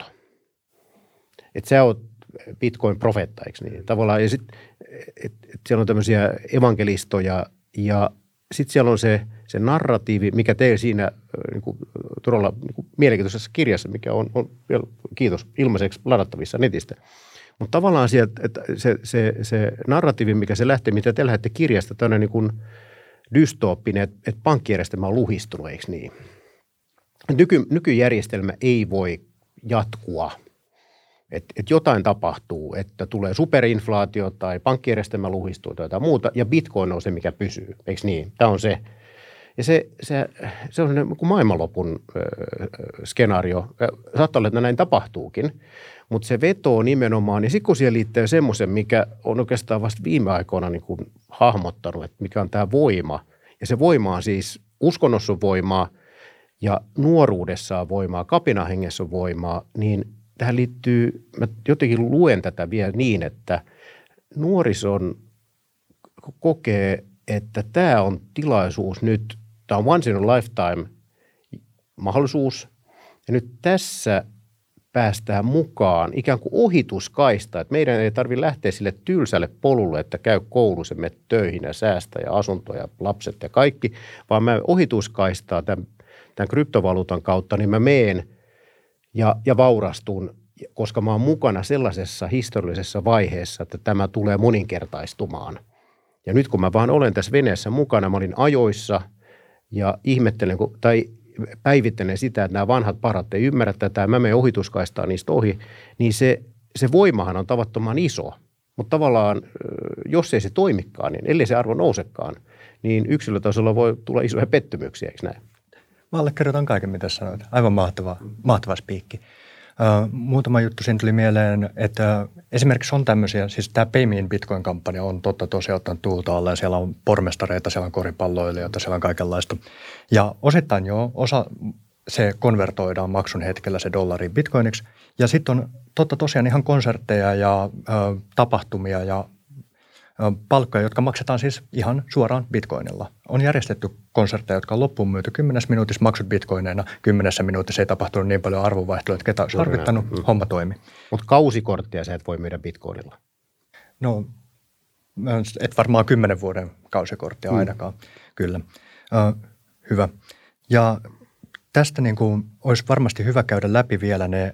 Että sä oot Bitcoin-profeetta, eikö niin? Tavallaan, ja sitten siellä on tämmöisiä evankelistoja ja sitten siellä on se narratiivi, mikä teillä siinä niin kuin, todella niin kuin mielenkiintoisessa kirjassa, mikä on vielä, kiitos, ilmaiseksi ladattavissa netistä. Mutta tavallaan sieltä, että se narratiivi, mikä se lähtee, mitä te lähdette kirjasta, tämmöinen niin kuin dystooppinen, että pankkijärjestelmä on luhistunut, eikö niin? Nykyjärjestelmä ei voi jatkua, että jotain tapahtuu, että tulee superinflaatio tai pankkijärjestelmä luhistuu tai jotain muuta ja Bitcoin on se, mikä pysyy, eikö niin? Tämä on se. Ja se on niin kuin maailmanlopun skenaario. Saattaa olla, että näin tapahtuukin, mutta se vetoo nimenomaan, ja sitten kun siihen liittyy semmoisen, mikä on oikeastaan vasta viime aikoina niin kuin hahmottanut, että mikä on tämä voima. Ja se voima on siis, uskonnossa on voimaa ja nuoruudessa on voimaa, kapinahengessä on voimaa, niin tähän liittyy, mä jotenkin luen tätä vielä niin, että nuorison kokee, että tämä on tilaisuus nyt, tämä on once in a lifetime mahdollisuus ja nyt tässä päästään mukaan ikään kuin ohituskaista, että meidän ei tarvitse lähteä sille tylsälle polulle, että käy koulussa, mene töihin ja säästä ja asuntoja, lapset ja kaikki, vaan mä ohituskaistaa tämän kryptovaluutan kautta, niin mä meen ja vaurastun, koska mä oon mukana sellaisessa historiallisessa vaiheessa, että tämä tulee moninkertaistumaan. Ja nyt kun mä vaan olen tässä veneessä mukana, mä olin ajoissa ja ihmettelen tai päivittelen sitä, että nämä vanhat parat ei ymmärrä tätä, mä menen ohituskaistaan niistä ohi, niin se voimahan on tavattoman iso. Mutta tavallaan, jos ei se toimikaan, niin ellei se arvo nousekaan, niin yksilötasolla voi tulla isoja pettymyksiä, eikö näin? Mä allekirjoitan kaiken, mitä sanoit. Aivan mahtava spiikki. Muutama juttu siinä tuli mieleen, että esimerkiksi on tämmöisiä, siis tämä Pay Me in Bitcoin-kampanja on totta tosiaan ottanut tuulta alla ja siellä on pormestareita, siellä on koripalloilijoita, siellä on kaikenlaista. Ja osittain osa se konvertoidaan maksun hetkellä se dollariin bitcoiniksi ja sitten on totta tosiaan ihan konsertteja ja tapahtumia ja palkkoja, jotka maksetaan siis ihan suoraan bitcoinilla. On järjestetty konsertteja, jotka on loppuun myyty 10 minuutissa, maksut bitcoineina. 10 minuutissa ei tapahtunut niin paljon arvonvaihtelua, että ketä olisi harvittanut, homma toimi. Mutta kausikorttia sä et voi myydä bitcoinilla. No, et varmaan 10 vuoden kausikorttia ainakaan, kyllä. Hyvä. Ja tästä niin kuin olisi varmasti hyvä käydä läpi vielä ne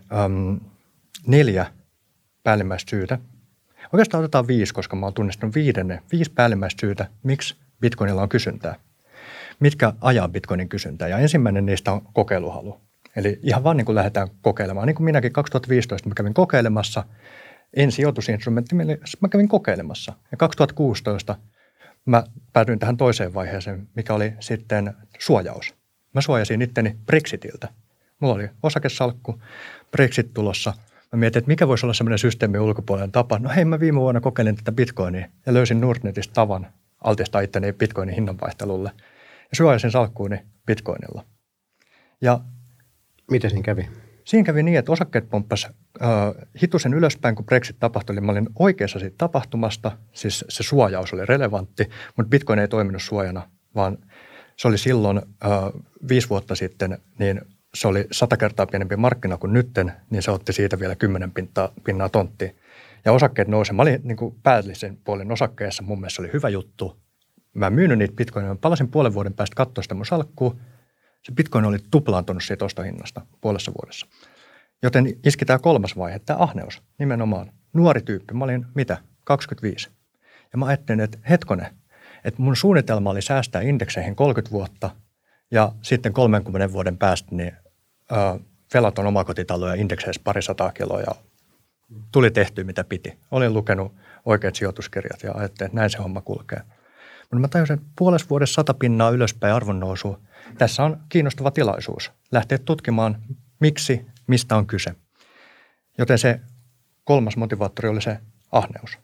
4 päällimmäistä syytä. Oikeastaan otetaan 5, koska mä oon tunnistanut 5 päällimmäistä syytä, miksi bitcoinilla on kysyntää. Mitkä ajaa bitcoinin kysyntää? Ja ensimmäinen niistä on kokeiluhalu. Eli ihan vaan niin kuin lähdetään kokeilemaan. Niin kuin minäkin 2015 mä kävin kokeilemassa. En sijoitusinstrumentti, mä kävin kokeilemassa. Ja 2016 mä päädyin tähän toiseen vaiheeseen, mikä oli sitten suojaus. Mä suojasin itteni Brexitiltä. Mulla oli osakesalkku, Brexit tulossa. Mä mietin, että mikä voisi olla semmoinen systeemin ulkopuolinen tapa. No hei, mä viime vuonna kokeilin tätä bitcoinia ja löysin Nordnetista tavan altistaa itteni bitcoinin hinnanvaihtelulle. Ja suojasin salkkuuni bitcoinilla. Ja miten siinä kävi? Siinä kävi niin, että osakkeet pomppasi hitusen ylöspäin, kun Brexit tapahtui. Eli mä olin oikeassa siitä tapahtumasta, siis se suojaus oli relevantti, mutta bitcoin ei toiminut suojana, vaan se oli silloin 5 vuotta sitten, niin se oli 100 kertaa pienempi markkina kuin nytten, niin se otti siitä vielä 10 pinnaa tonttia. Ja osakkeet nousi. Mä olin niin kuin päällisen puolen osakkeessa, mun mielestä se oli hyvä juttu. Mä myynyt niitä bitcoineja, mä palasin puolen vuoden päästä katsoa sitä mun salkkua. Se bitcoin oli tuplaantunut siitä ostohinnasta puolessa vuodessa. Joten iski tämä 3. vaihe, tämä ahneus nimenomaan. Nuori tyyppi, mä olin 25. Ja mä ajattelin, että hetkonen, että mun suunnitelma oli säästää indekseihin 30 vuotta ja sitten 30 vuoden päästä niin velaton omakotitalo ja indekseissä 200 kiloa ja tuli tehtyä mitä piti. Olin lukenut oikeat sijoituskirjat ja ajattelin, että näin se homma kulkee. Mutta mä tajusin, että puolessa vuodessa 100 pinnaa ylöspäin arvonnousua. Tässä on kiinnostava tilaisuus lähteä tutkimaan, miksi, mistä on kyse. Joten se 3. motivaattori oli se ahneus.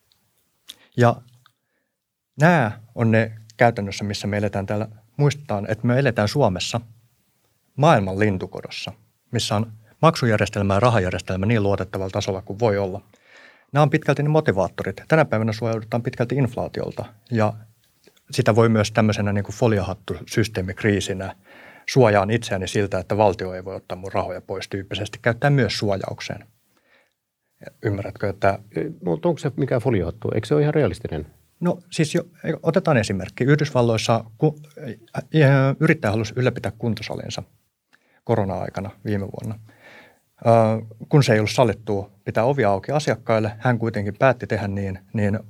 Ja nämä on ne käytännössä, missä me eletään täällä. Muistetaan, että me eletään Suomessa maailman lintukodossa, missä on maksujärjestelmä ja rahajärjestelmä niin luotettavalla tasolla kuin voi olla. Nämä on pitkälti ne motivaattorit. Tänä päivänä suojaudutaan pitkälti inflaatiolta ja sitä voi myös tämmöisenä niin kuin foliohattusysteemikriisinä suojaan itseäni siltä, että valtio ei voi ottaa mun rahoja pois tyyppisesti, käyttää myös suojaukseen. Ymmärrätkö, että Mutta onko se mikään foliohattu? Eikö se ole ihan realistinen? No siis otetaan esimerkki. Yhdysvalloissa yrittäjä halusi ylläpitää kuntosalinsa korona-aikana viime vuonna. Kun se ei ollut sallittua pitää ovia auki asiakkaille, hän kuitenkin päätti tehdä niin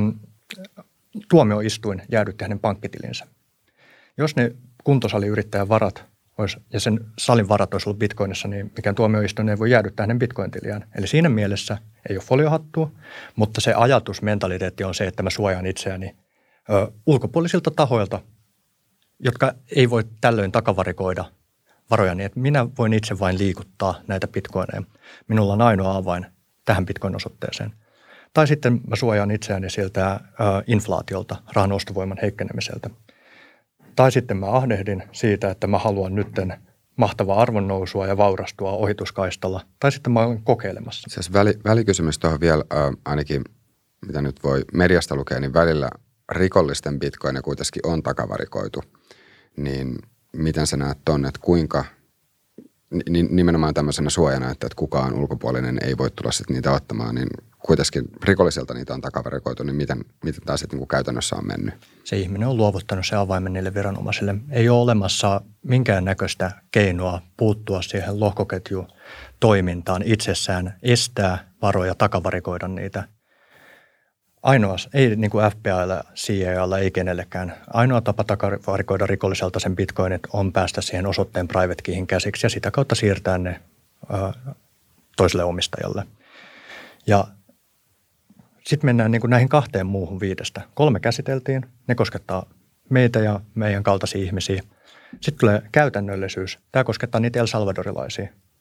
tuomioistuin jäädytti hänen pankkitilinsä. Jos ne kuntosaliyrittäjän varat ja sen salin varat olisi ollut bitcoinissa, niin mikään tuomioistuin ei voi jäädyttää hänen bitcoin-tiliään. Eli siinä mielessä ei ole foliohattua, mutta se ajatusmentaliteetti on se, että mä suojaan itseäni ulkopuolisilta tahoilta, jotka ei voi tällöin takavarikoida varojani, että minä voin itse vain liikuttaa näitä bitcoineja. Minulla on ainoa avain tähän bitcoin-osoitteeseen. Tai sitten mä suojaan itseäni siltä inflaatiolta, rahan ostovoiman heikkenemiseltä. Tai sitten mä ahdehdin siitä, että mä haluan nytten mahtavaa arvonnousua ja vaurastua ohituskaistalla. Tai sitten mä olen kokeilemassa. Siis välikysymys tuohon vielä ainakin, mitä nyt voi mediasta lukea, niin välillä rikollisten bitcoineja kuitenkin on takavarikoitu. Niin miten sä näet ton, että kuinka nimenomaan tämmöisenä suojana, että kukaan ulkopuolinen ei voi tulla sitten niitä ottamaan, niin kuitenkin rikolliselta niitä on takavarikoitu, niin miten tämä sitten niin käytännössä on mennyt? Se ihminen on luovuttanut se avaimen niille viranomaisille. Ei ole olemassa minkäännäköistä keinoa puuttua siihen lohkoketjutoimintaan itsessään, estää varoja, takavarikoida niitä. Ainoa, ei niin kuin FBI:lla, CIA:lla, ei kenellekään. Ainoa tapa takavarikoida rikolliselta sen bitcoinit on päästä siihen osoitteen private keyhin käsiksi ja sitä kautta siirtää ne toiselle omistajalle. Ja sitten mennään niin kuin näihin 2 muuhun 5. 3 käsiteltiin. Ne koskettaa meitä ja meidän kaltaisia ihmisiä. Sitten tulee käytännöllisyys. Tämä koskettaa niitä El Salvadorilaisia.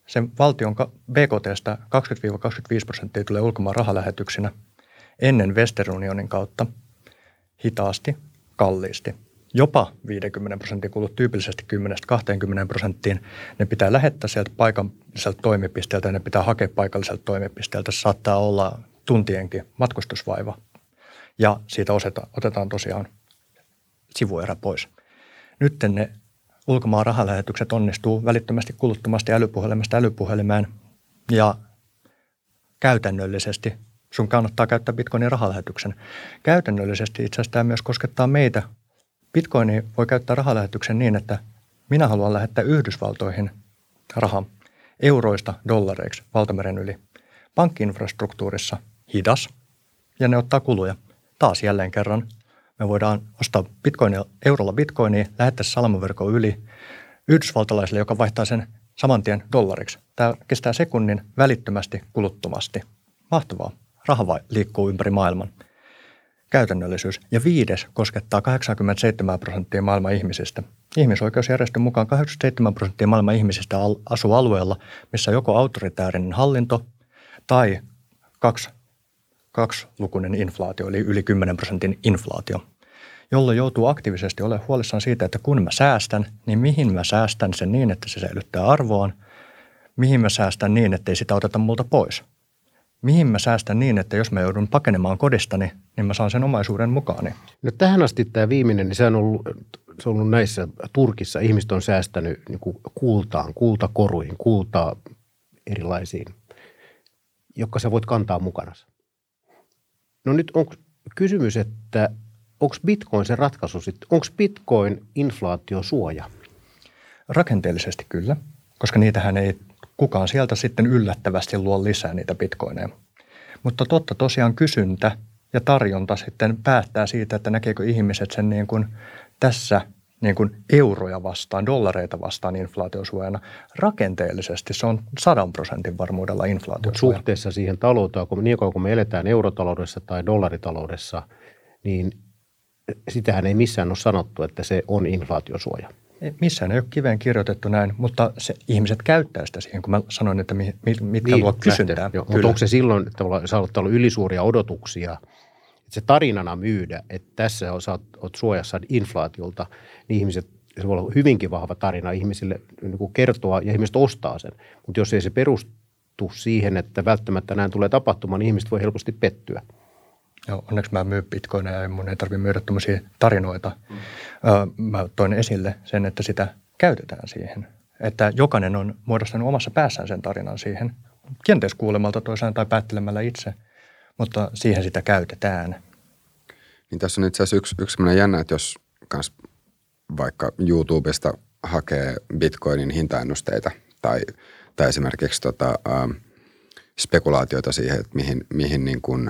sen valtion BKT:stä 20-25% tulee ulkomaan rahalähetyksinä ennen Western Unionin kautta hitaasti, kalliisti. Jopa 50% kulut tyypillisesti 10-20%. Ne pitää lähettää sieltä paikalliselta toimipisteeltä ja ne pitää hakea paikalliselta toimipisteeltä. Se saattaa olla tuntienkin matkustusvaiva. Ja siitä otetaan tosiaan sivuerä pois. Nyt ne ulkomaan rahalähetykset onnistuu välittömästi kuluttomasti älypuhelimesta älypuhelimeen ja käytännöllisesti sun kannattaa käyttää Bitcoinin rahalähetyksen. Käytännöllisesti itse asiassa tämä myös koskettaa meitä. Bitcoini voi käyttää rahalähetyksen niin, että minä haluan lähettää Yhdysvaltoihin rahaa euroista dollareiksi valtameren yli. Pankki-infrastruktuurissa hidas ja ne ottaa kuluja. Taas jälleen kerran me voidaan ostaa eurolla bitcoinia, lähettää salamoverkon yli yhdysvaltalaiselle, joka vaihtaa sen saman tien dollariksi. Tämä kestää sekunnin välittömästi, kuluttomasti. Mahtavaa. Raha liikkuu ympäri maailman. Käytännöllisyys. Ja 5. koskettaa 87% maailman ihmisistä. Ihmisoikeusjärjestön mukaan 87% maailman ihmisistä asuu alueella, missä joko autoritäärinen hallinto tai kaksilukuinen inflaatio, eli yli 10% inflaatio, jolloin joutuu aktiivisesti olemaan huolissaan siitä, että kun mä säästän, niin mihin mä säästän sen niin, että se säilyttää arvoaan, mihin mä säästän niin, että ei sitä oteta multa pois. Mihin mä säästän niin, että jos mä joudun pakenemaan kodistani, niin mä saan sen omaisuuden mukaani. No tähän asti tämä viimeinen, niin se on ollut näissä Turkissa, ihmiset on säästänyt niin kuin kultaan, kultakoruihin, kultaa erilaisiin, jotka sä voit kantaa mukana. No nyt on kysymys, että onko Bitcoin se ratkaisu sitten? Onko Bitcoin inflaatiosuoja? Rakenteellisesti kyllä, koska niitähän ei kukaan sieltä sitten yllättävästi luo lisää niitä bitcoineja. Mutta totta tosiaan kysyntä ja tarjonta sitten päättää siitä, että näkeekö ihmiset sen niin kuin tässä niin kuin euroja vastaan, dollareita vastaan inflaatiosuojana. Rakenteellisesti se on 100% varmuudella inflaatiosuoja. Suhteessa siihen talouteen, niin kauan kun me eletään eurotaloudessa tai dollaritaloudessa, niin sitähän ei missään ole sanottu, että se on inflaatiosuoja. Missään ei ole kiveen kirjoitettu näin, mutta ihmiset käyttää sitä siihen, kun mä sanoin, että mitkä luo kysyntää. Mutta onko se silloin, että saattaa olla ylisuuria odotuksia, että se tarinana myydä, että tässä olet suojassa inflaatiolta, niin ihmiset, se voi olla hyvinkin vahva tarina ihmisille niin kuin kertoa ja ihmiset ostaa sen. Mutta jos ei se perustu siihen, että välttämättä näin tulee tapahtumaan, niin ihmiset voi helposti pettyä. Joo, onneksi mä myyn bitcoineja ja mun ei tarvitse myydä tämmöisiä tarinoita. Mä toin esille sen, että sitä käytetään siihen. Että jokainen on muodostanut omassa päässään sen tarinan siihen. Kenties kuulemalta toisaan tai päättelemällä itse, mutta siihen sitä käytetään. Niin tässä on itse asiassa yksi sellainen jännä, että jos kans vaikka YouTubesta hakee bitcoinin hintaennusteita tai esimerkiksi spekulaatioita siihen, että mihin niin kuin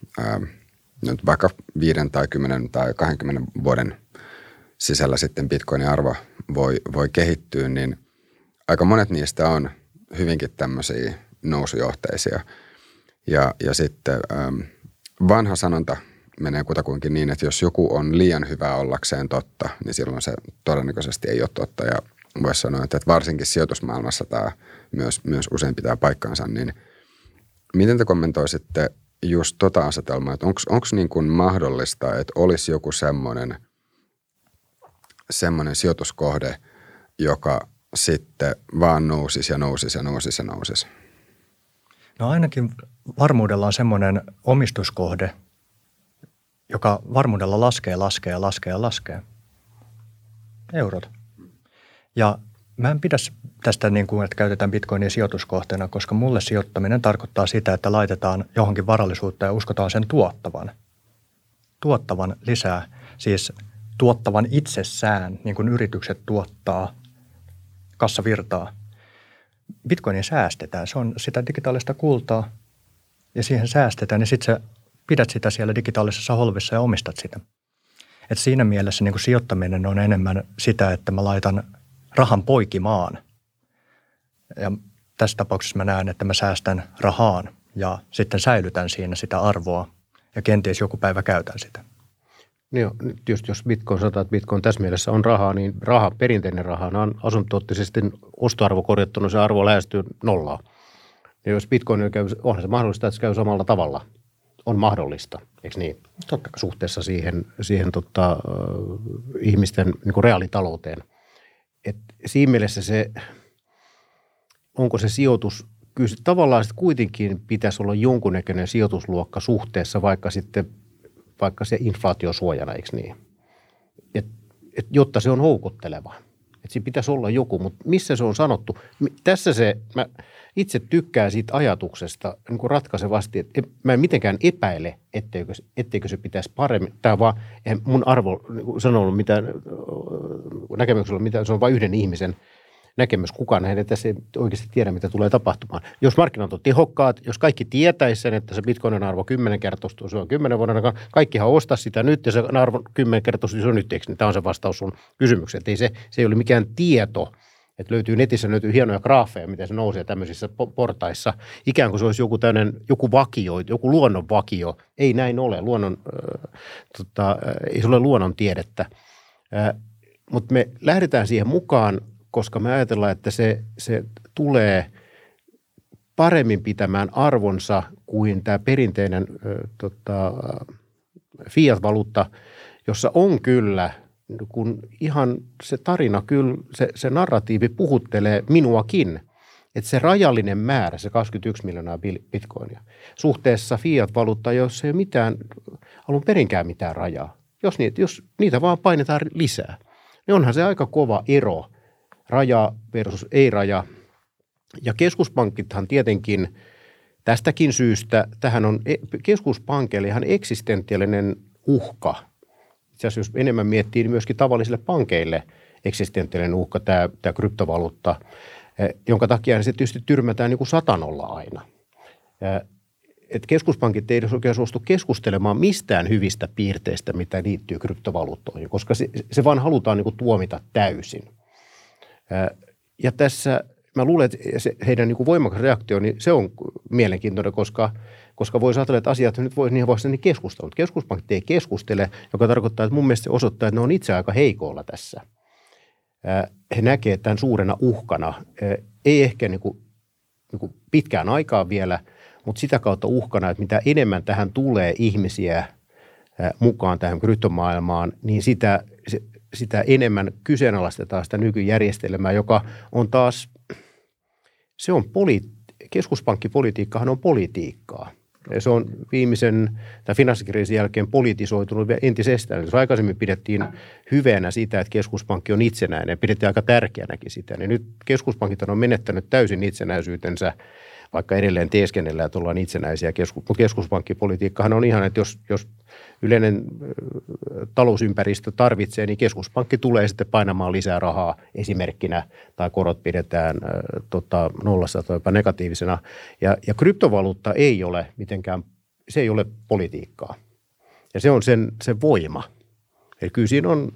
nyt vaikka 5 tai 10 tai 20 vuoden sisällä sitten bitcoinin arvo voi kehittyä, niin aika monet niistä on hyvinkin tämmöisiä nousujohteisia. Ja sitten vanha sanonta menee kutakuinkin niin, että jos joku on liian hyvä ollakseen totta, niin silloin se todennäköisesti ei ole totta. Ja voisi sanoa, että varsinkin sijoitusmaailmassa tämä myös usein pitää paikkaansa, niin miten te kommentoisitte just tota asetelmaa, että onko niin kuin mahdollista, että olisi joku semmoinen sijoituskohde, joka sitten vaan nousisi ja nousisi ja nousisi ja nousisi? No ainakin varmuudella on semmoinen omistuskohde, joka varmuudella laskee. Eurot. Ja mä en pidä tästä niin kuin, että käytetään bitcoinia sijoituskohteena, koska mulle sijoittaminen tarkoittaa sitä, että laitetaan johonkin varallisuutta ja uskotaan sen tuottavan lisää. Siis tuottavan itsessään, niin kuin yritykset tuottaa kassavirtaa. Bitcoinia säästetään. Se on sitä digitaalista kultaa ja siihen säästetään ja sitten sä pidät sitä siellä digitaalisessa holvissa ja omistat sitä. Et siinä mielessä niin kuin sijoittaminen on enemmän sitä, että mä laitan rahan poikimaan. Ja tässä tapauksessa mä näen, että mä säästän rahaan ja sitten säilytän siinä sitä arvoa ja kenties joku päivä käytän sitä. Niin just jos Bitcoin sanotaan, että Bitcoin tässä mielessä on rahaa, niin perinteinen raha on asuntootteisesti ostoarvo korjattuna, se arvo lähestyy nollaa. Ja jos Bitcoin käy, onhan se mahdollista, että se käy samalla tavalla. On mahdollista, eikö niin? Totta kai. Suhteessa siihen ihmisten niin kuin reaalitalouteen. Et siinä mielessä onko se sijoitus, kyllä se tavallaan sitten kuitenkin pitäisi olla jonkunnäköinen sijoitusluokka suhteessa vaikka se inflaatiosuojana, eikö niin? Jotta se on houkutteleva. Että siinä pitäisi olla joku, mutta missä se on sanottu? Tässä mä itse tykkään siitä ajatuksesta niin kuin ratkaisevasti, että mä en mitenkään epäile, etteikö se pitäisi paremmin. Tämä vaan, eihän mun arvo niin sanonut mitään näkemyksellä, mitä se on vain yhden ihmisen näkemys. Kukaan ei tässä ei oikeasti tiedä, mitä tulee tapahtumaan. Jos markkinat on tehokkaat, jos kaikki tietäisi sen, että se Bitcoinin arvo 10-kertaistuu, se on 10 vuoden aikana, kaikkihan ostaa sitä nyt ja se arvo 10-kertaistuu, se on nyt, eikö? Tämä on se vastaus sun kysymykseen. Se ei ole mikään tieto, että netissä löytyy hienoja graafeja, miten se nousee tämmöisissä portaissa. Ikään kuin se olisi joku vakio, joku luonnon vakio. Ei näin ole. Ei se ole luonnon tiedettä. Mutta me lähdetään siihen mukaan, koska me ajatellaan, että se tulee paremmin pitämään arvonsa kuin tämä perinteinen fiat-valuutta, jossa on kyllä, kun ihan se tarina kyllä, se narratiivi puhuttelee minuakin, että se rajallinen määrä, se 21 miljoonaa bitcoinia, suhteessa fiat-valuutta, jos ei ole mitään, alun perinkään mitään rajaa. Jos niitä vaan painetaan lisää, niin onhan se aika kova ero. Raja versus ei-raja. Ja keskuspankithan tietenkin tästäkin syystä, tähän on keskuspankeille ihan eksistentiaalinen uhka. Itse asiassa jos enemmän miettii, niin myöskin tavallisille pankeille eksistentiaalinen uhka, tämä kryptovaluutta, jonka takia se tietysti tyrmätään niin kuin satanolla aina. Että keskuspankit ei oikein suostu keskustelemaan mistään hyvistä piirteistä, mitä liittyy kryptovaluuttoihin, koska se vaan halutaan niin kuin tuomita täysin. Ja tässä mä luulen, että heidän niin kuin voimakas reaktio, niin se on mielenkiintoinen, koska voisi ajatella, että asiat nyt niihin voisi keskustella. Mutta keskuspankit ei keskustele, joka tarkoittaa, että mun mielestä se osoittaa, että ne on itse aika heikoilla tässä. He näkevät tämän suurena uhkana. Ei ehkä niin kuin pitkään aikaa vielä, mutta sitä kautta uhkana, että mitä enemmän tähän tulee ihmisiä mukaan tähän kryptomaailmaan, niin sitä enemmän kyseenalaistetaan sitä nykyjärjestelmää, joka on taas, keskuspankkipolitiikkahan on politiikkaa. Ja se on tämän finanssikriisin jälkeen politisoitunut entisestään. Jos aikaisemmin pidettiin hyvänä sitä, että keskuspankki on itsenäinen ja pidettiin aika tärkeänäkin sitä, niin nyt keskuspankit on menettänyt täysin itsenäisyytensä, vaikka edelleen teeskennellään, että ollaan itsenäisiä. Mutta keskuspankkipolitiikkahan on ihan, että jos yleinen talousympäristö tarvitsee, niin keskuspankki tulee sitten painamaan lisää rahaa esimerkkinä, tai korot pidetään nollassa tai jopa negatiivisena. Ja kryptovaluutta ei ole mitenkään, se ei ole politiikkaa. Ja se on sen voima. Eli kyllä siinä on,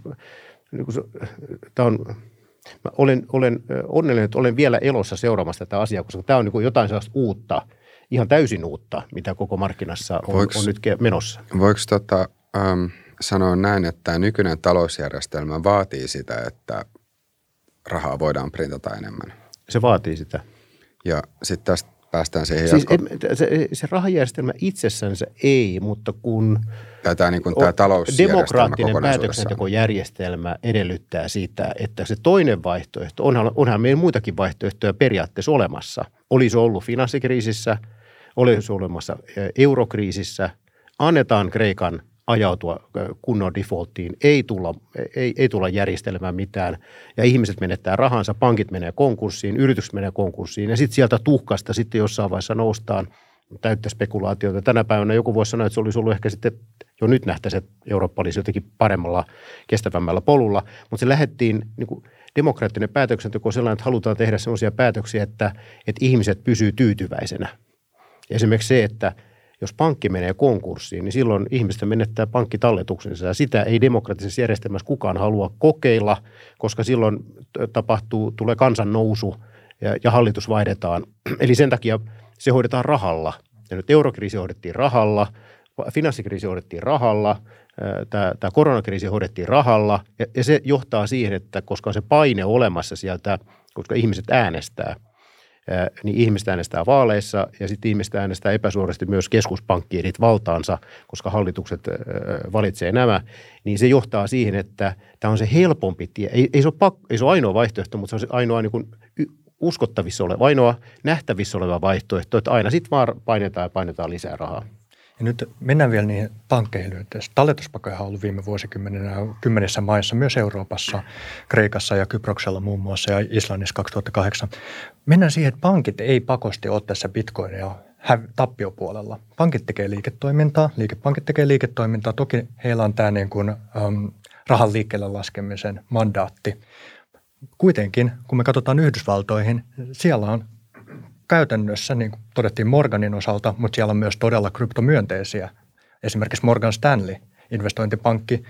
mä olen onnellinen, että olen vielä elossa seuraamassa tätä asiaa, koska tämä on niin kuin jotain sellaista uutta, ihan täysin uutta, mitä koko markkinassa on nyt menossa. Voiko sanoa näin, että tämä nykyinen talousjärjestelmä vaatii sitä, että rahaa voidaan printata enemmän? Se vaatii sitä. Ja sitten tästä päästään siihen se rahajärjestelmä itsessänsä ei, mutta kun tämä talousjärjestelmä demokraattinen päätöksentekojärjestelmä edellyttää sitä, että se toinen vaihtoehto, onhan meillä muitakin vaihtoehtoja periaatteessa olemassa. Olisi ollut finanssikriisissä, olisi olemassa eurokriisissä, annetaan Kreikan ajautua kunnon defaulttiin, ei tulla järjestelmään mitään ja ihmiset menettää rahansa, pankit menee konkurssiin, yritykset menee konkurssiin ja sitten sieltä tuhkasta sitten jossain vaiheessa noustaan täyttä spekulaatiota. Tänä päivänä joku voisi sanoa, että se olisi ollut ehkä sitten jo nyt nähtäisi, että Eurooppa olisi jotenkin paremmalla, kestävämmällä polulla, mutta se lähdettiin niin kuin demokraattinen päätöksenteko sellainen, että halutaan tehdä sellaisia päätöksiä, että ihmiset pysyy tyytyväisenä. Esimerkiksi se, että jos pankki menee konkurssiin, niin silloin ihmistä menettää pankkitalletuksensa ja sitä ei demokraattisessa järjestelmässä kukaan halua kokeilla, koska silloin tulee kansannousu ja hallitus vaihdetaan. Eli sen takia se hoidetaan rahalla. Ja nyt eurokriisi hoidettiin rahalla, finanssikriisi hoidettiin rahalla, tämä koronakriisi hoidettiin rahalla ja se johtaa siihen, että koska on se paine olemassa sieltä, koska ihmiset äänestää, niin ihmiset äänestää vaaleissa ja sitten ihmiset äänestää epäsuorasti myös keskuspankkiirit valtaansa, koska hallitukset valitsee nämä, niin se johtaa siihen, että tämä on se helpompi tie. Ei se ole ainoa vaihtoehto, mutta se on se ainoa niin kuin uskottavissa oleva, ainoa nähtävissä oleva vaihtoehto, että aina sitten vaan painetaan lisää rahaa. Ja nyt mennään vielä niihin pankkeihin. Talletuspankkeja on ollut viime vuosikymmeninä 10 maissa, myös Euroopassa, Kreikassa ja Kyproksella muun muassa ja Islannissa 2008. Mennään siihen, että pankit ei pakosti ole tässä bitcoinia tappiopuolella. Pankit tekee liiketoimintaa, liikepankit tekee liiketoimintaa. Toki heillä on tämä niin kuin, rahan liikkeelle laskemisen mandaatti. Kuitenkin, kun me katsotaan Yhdysvaltoihin, siellä on käytännössä, niin kuin todettiin Morganin osalta, mutta siellä on myös todella kryptomyönteisiä. Esimerkiksi Morgan Stanley, investointipankki,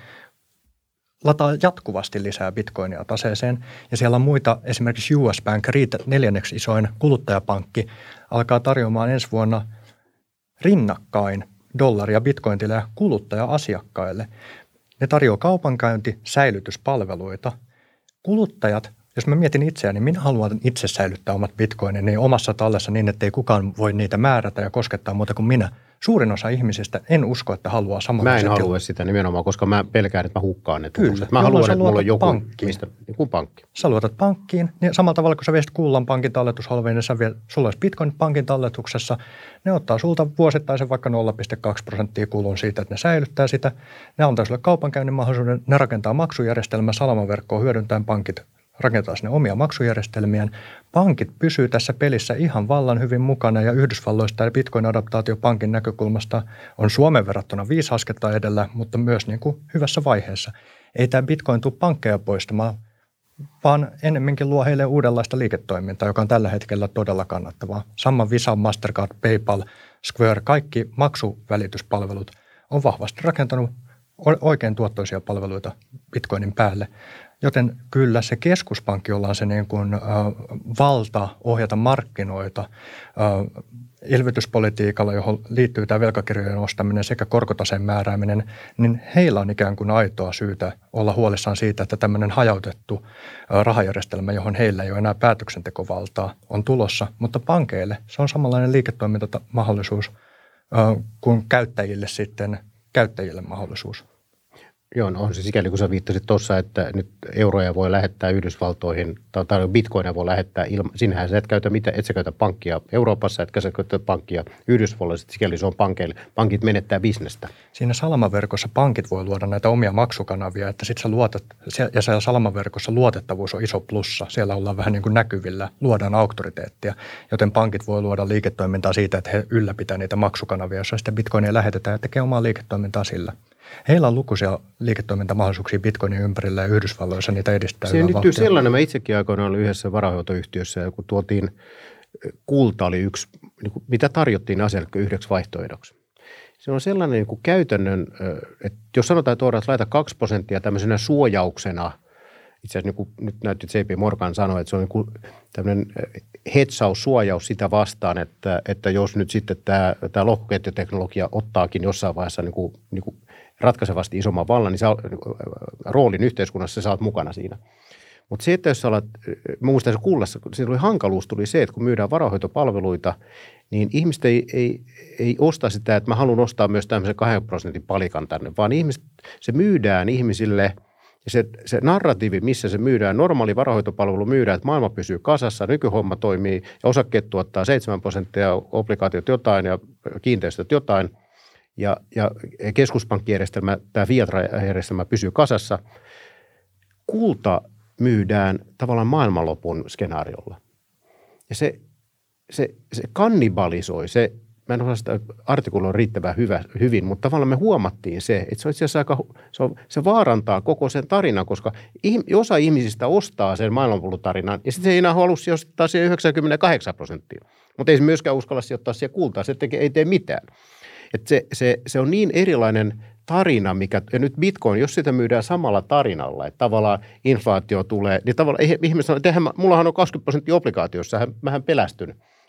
lataa jatkuvasti lisää bitcoinia taseeseen. Ja siellä on muita, esimerkiksi US Bank, 4. isoin kuluttajapankki, alkaa tarjoamaan ensi vuonna rinnakkain dollari- ja bitcoin-tilejä kuluttaja-asiakkaille. Ne tarjoaa kaupankäynti, säilytyspalveluita. Kuluttajat, jos mä mietin itseäni, niin minä haluan itse säilyttää omat bitcoinini omassa tallessa niin, että ei kukaan voi niitä määrätä ja koskettaa muuta kuin minä. Suurin osa ihmisistä en usko, että haluaa samanlaisen. Mä en halua sitä nimenomaan, koska mä pelkään, että mä hukkaan ne Kyllä. Mä haluan, että mulla on joku pankki. Sä luotat pankkiin, niin samalla tavalla kun sä veisit kullan pankin talletusholviin, niin sulla olisi bitcoin pankin talletuksessa. Ne ottaa sulta vuosittaisen vaikka 0,2% kulun siitä, että ne säilyttää sitä. Ne antaa sulle kaupankäynnin mahdollisuuden, ne rakentaa maksujärjestelmä salamaverkkoa hyödyntäen pankit rakentaa sinne omia maksujärjestelmiään. Pankit pysyy tässä pelissä ihan vallan hyvin mukana ja Yhdysvalloista ja Bitcoin-adaptaatio pankin näkökulmasta on Suomen verrattuna 5 hasketta edellä, mutta myös niin kuin hyvässä vaiheessa. Ei tämä Bitcoin tule pankkeja poistamaan, vaan ennemminkin luo heille uudenlaista liiketoimintaa, joka on tällä hetkellä todella kannattavaa. Sama Visa, Mastercard, PayPal, Square, kaikki maksuvälityspalvelut on vahvasti rakentanut oikein tuottoisia palveluita Bitcoinin päälle. Joten kyllä se keskuspankki, jolla on se niin kuin, valta ohjata markkinoita elvytyspolitiikalla, johon liittyy tämä velkakirjojen ostaminen sekä korkotaseen määrääminen, niin heillä on ikään kuin aitoa syytä olla huolissaan siitä, että tämmöinen hajautettu rahajärjestelmä, johon heillä ei ole enää päätöksentekovaltaa, on tulossa. Mutta pankeille se on samanlainen liiketoimintamahdollisuus kuin käyttäjille mahdollisuus. Joo, on se sikäli, kun sä viittasit tuossa, että nyt euroja voi lähettää Yhdysvaltoihin, tai bitcoinia voi lähettää ilman. Sinähän sä et käytä pankkia Euroopassa, etkä sä käytä pankkia Yhdysvalloissa, sikäli se on pankeille. Pankit menettää bisnestä. Siinä salamaverkossa pankit voi luoda näitä omia maksukanavia, että sit sä luotat, ja siellä salamaverkossa luotettavuus on iso plussa. Siellä ollaan vähän niin kuin näkyvillä, luodaan auktoriteettia, joten pankit voi luoda liiketoimintaa siitä, että he ylläpitää niitä maksukanavia, joissa sitten bitcoinia lähetetään ja tekee omaa liiketoimintaa sillä. Heillä on lukuisia liiketoimintamahdollisuuksia Bitcoinin ympärillä ja Yhdysvalloissa niitä edistää. Siihen liittyy sellainen, mä itsekin aikoinaan olin yhdessä varainhoitoyhtiössä ja kun tuotiin, kulta oli yksi, niin kuin, mitä tarjottiin asialle yhdeksi vaihtoehdoksi. Se on sellainen niin kuin käytännön, että jos sanotaan, että laita 2% tämmöisenä suojauksena, itse asiassa niin kuin nyt näytti JP Morgan sanoi, että se on niin kuin tämmöinen hetsaus, suojaus sitä vastaan, että jos nyt sitten tämä lohkoketjuteknologia ottaakin jossain vaiheessa niin kuin ratkaisevasti isomman vallan, niin roolin yhteiskunnassa sä oot mukana siinä. Mutta se, että jos sä alat, mä muistan se kullassa, siinä hankaluus tuli se, että kun myydään varainhoitopalveluita, niin ihmiset ei osta sitä, että mä haluan ostaa myös tämmöisen 2% palikan tänne, vaan se myydään ihmisille. Ja se narratiivi, missä se myydään, normaali varainhoitopalvelu myydään, että maailma pysyy kasassa, nykyhomma toimii ja osakkeet tuottaa 7%, obligaatiot jotain ja kiinteistöt jotain ja keskuspankkijärjestelmä, tämä fiat-järjestelmä pysyy kasassa. Kulta myydään tavallaan maailmanlopun skenaariolla ja se kannibalisoi, mä en osaa sitä artikuloida riittävän hyvin, mutta tavallaan me huomattiin se, että se on itse asiassa se vaarantaa koko sen tarinan, koska osa ihmisistä ostaa sen maailmanloputarinan ja sitten se ei enää halua sijoittaa siihen 98%, mutta ei se myöskään uskalla sijoittaa siihen kultaan, se ei tee mitään. Että se on niin erilainen tarina, ja nyt Bitcoin, jos sitä myydään samalla tarinalla, että tavallaan inflaatio tulee, niin tavallaan ihmiset sanoo, että mullahan on 20% obligaatiossa, mähän pelästyn.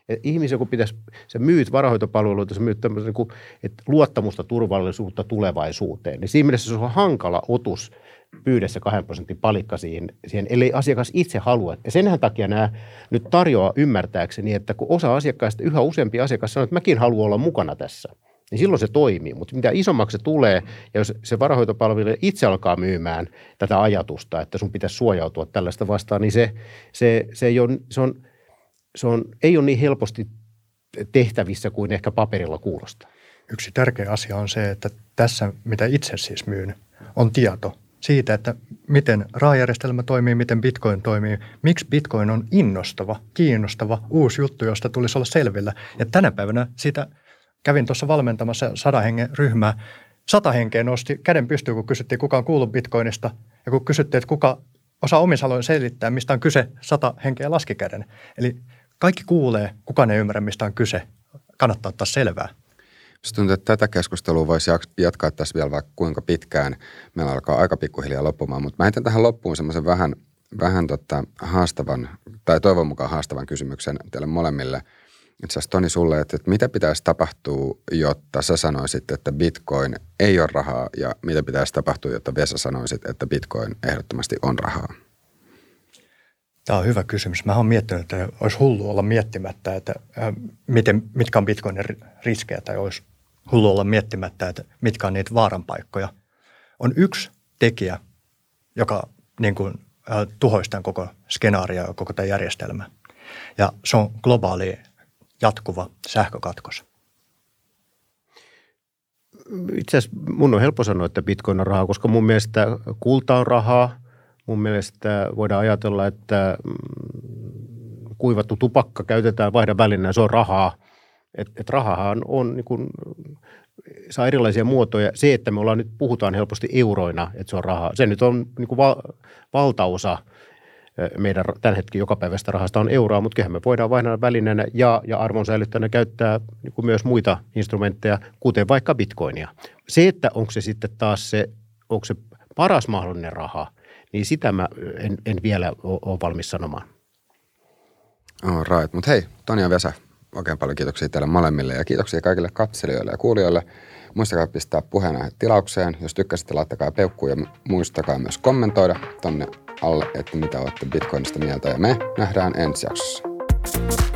Ihmisiä, kun pitäisi, sä myyt varainhoitopalveluita, sä myyt tämmöistä niin että luottamusta, turvallisuutta tulevaisuuteen, niin siinä mielessä se on hankala otus pyydä se 2% palikka siihen, ellei asiakas itse halua. Ja senhän takia nämä nyt tarjoaa ymmärtääkseni, että kun osa asiakkaista, yhä useampi asiakas sanoo, että mäkin haluan olla mukana tässä, niin silloin se toimii. Mutta mitä isommaksi se tulee, ja jos se varainhoitopalvelu itse alkaa myymään tätä ajatusta, että sun pitäisi suojautua tällaista vastaan, niin se ei ole niin helposti tehtävissä kuin ehkä paperilla kuulostaa. Yksi tärkeä asia on se, että tässä, mitä itse siis myyn, on tieto siitä, että miten rahajärjestelmä toimii, miten Bitcoin toimii, miksi Bitcoin on innostava, kiinnostava, uusi juttu, josta tulisi olla selvillä. Ja tänä päivänä siitä kävin tuossa valmentamassa 100 hengen ryhmää. 100 henkeä nosti käden pystyyn, kun kysyttiin, kuka on kuullut Bitcoinista. Ja kun kysyttiin, että kuka osaa omin sanoin selittää, mistä on kyse, 100 henkeä laski käden. Eli kaikki kuulee, kukaan ei ymmärrä, mistä on kyse. Kannattaa ottaa selvää. Se tuntuu, että tätä keskustelua voisi jatkaa tässä vielä vaikka kuinka pitkään. Meillä alkaa aika pikkuhiljaa loppumaan, mutta mä heitän tähän loppuun semmoisen vähän haastavan, tai toivon mukaan haastavan kysymyksen teille molemmille. Itse asiassa Toni sulle, että mitä pitäisi tapahtua, jotta sä sanoisit, että Bitcoin ei ole rahaa, ja mitä pitäisi tapahtua, jotta Vesa sanoisit, että Bitcoin ehdottomasti on rahaa? Tämä on hyvä kysymys. Mä oon miettinyt, että olisi hullu olla miettimättä, että mitkä on Bitcoinin riskejä, tai olisi hullu olla miettimättä, että mitkä on niitä vaaranpaikkoja. On yksi tekijä, joka niin kuin, tuhoisi tämän koko skenaario ja koko tämän järjestelmän. Ja se on globaali jatkuva sähkökatkos. Itse asiassa mun on helppo sanoa, että Bitcoin on rahaa, koska mun mielestä kulta on rahaa. Mun mielestä voidaan ajatella, että kuivattu tupakka käytetään vaihdanvälineenä, se on rahaa. Et rahahan on niin kuin, saa erilaisia muotoja. Se, että me nyt puhutaan helposti euroina, että se on rahaa, se nyt on niin kuin valtaosa meidän tämän hetken jokapäiväistä rahasta on euroa, mutta kyllähän me voidaan vaihdannan välineenä ja arvon säilyttäjänä käyttää niin kuin myös muita instrumentteja, kuten vaikka Bitcoinia. Se, että onko se sitten taas onko se paras mahdollinen raha, niin sitä mä en vielä ole valmis sanomaan. Right. Mutta hei, Toni ja Vesa, oikein paljon kiitoksia teille molemmille ja kiitoksia kaikille katselijoille ja kuulijoille. Muistakaa pistää puheenaiheet tilaukseen. Jos tykkäsitte, laittakaa peukkuun ja muistakaa myös kommentoida tonne alle, että mitä olette Bitcoinista mieltä. Ja me nähdään ensi jaksossa.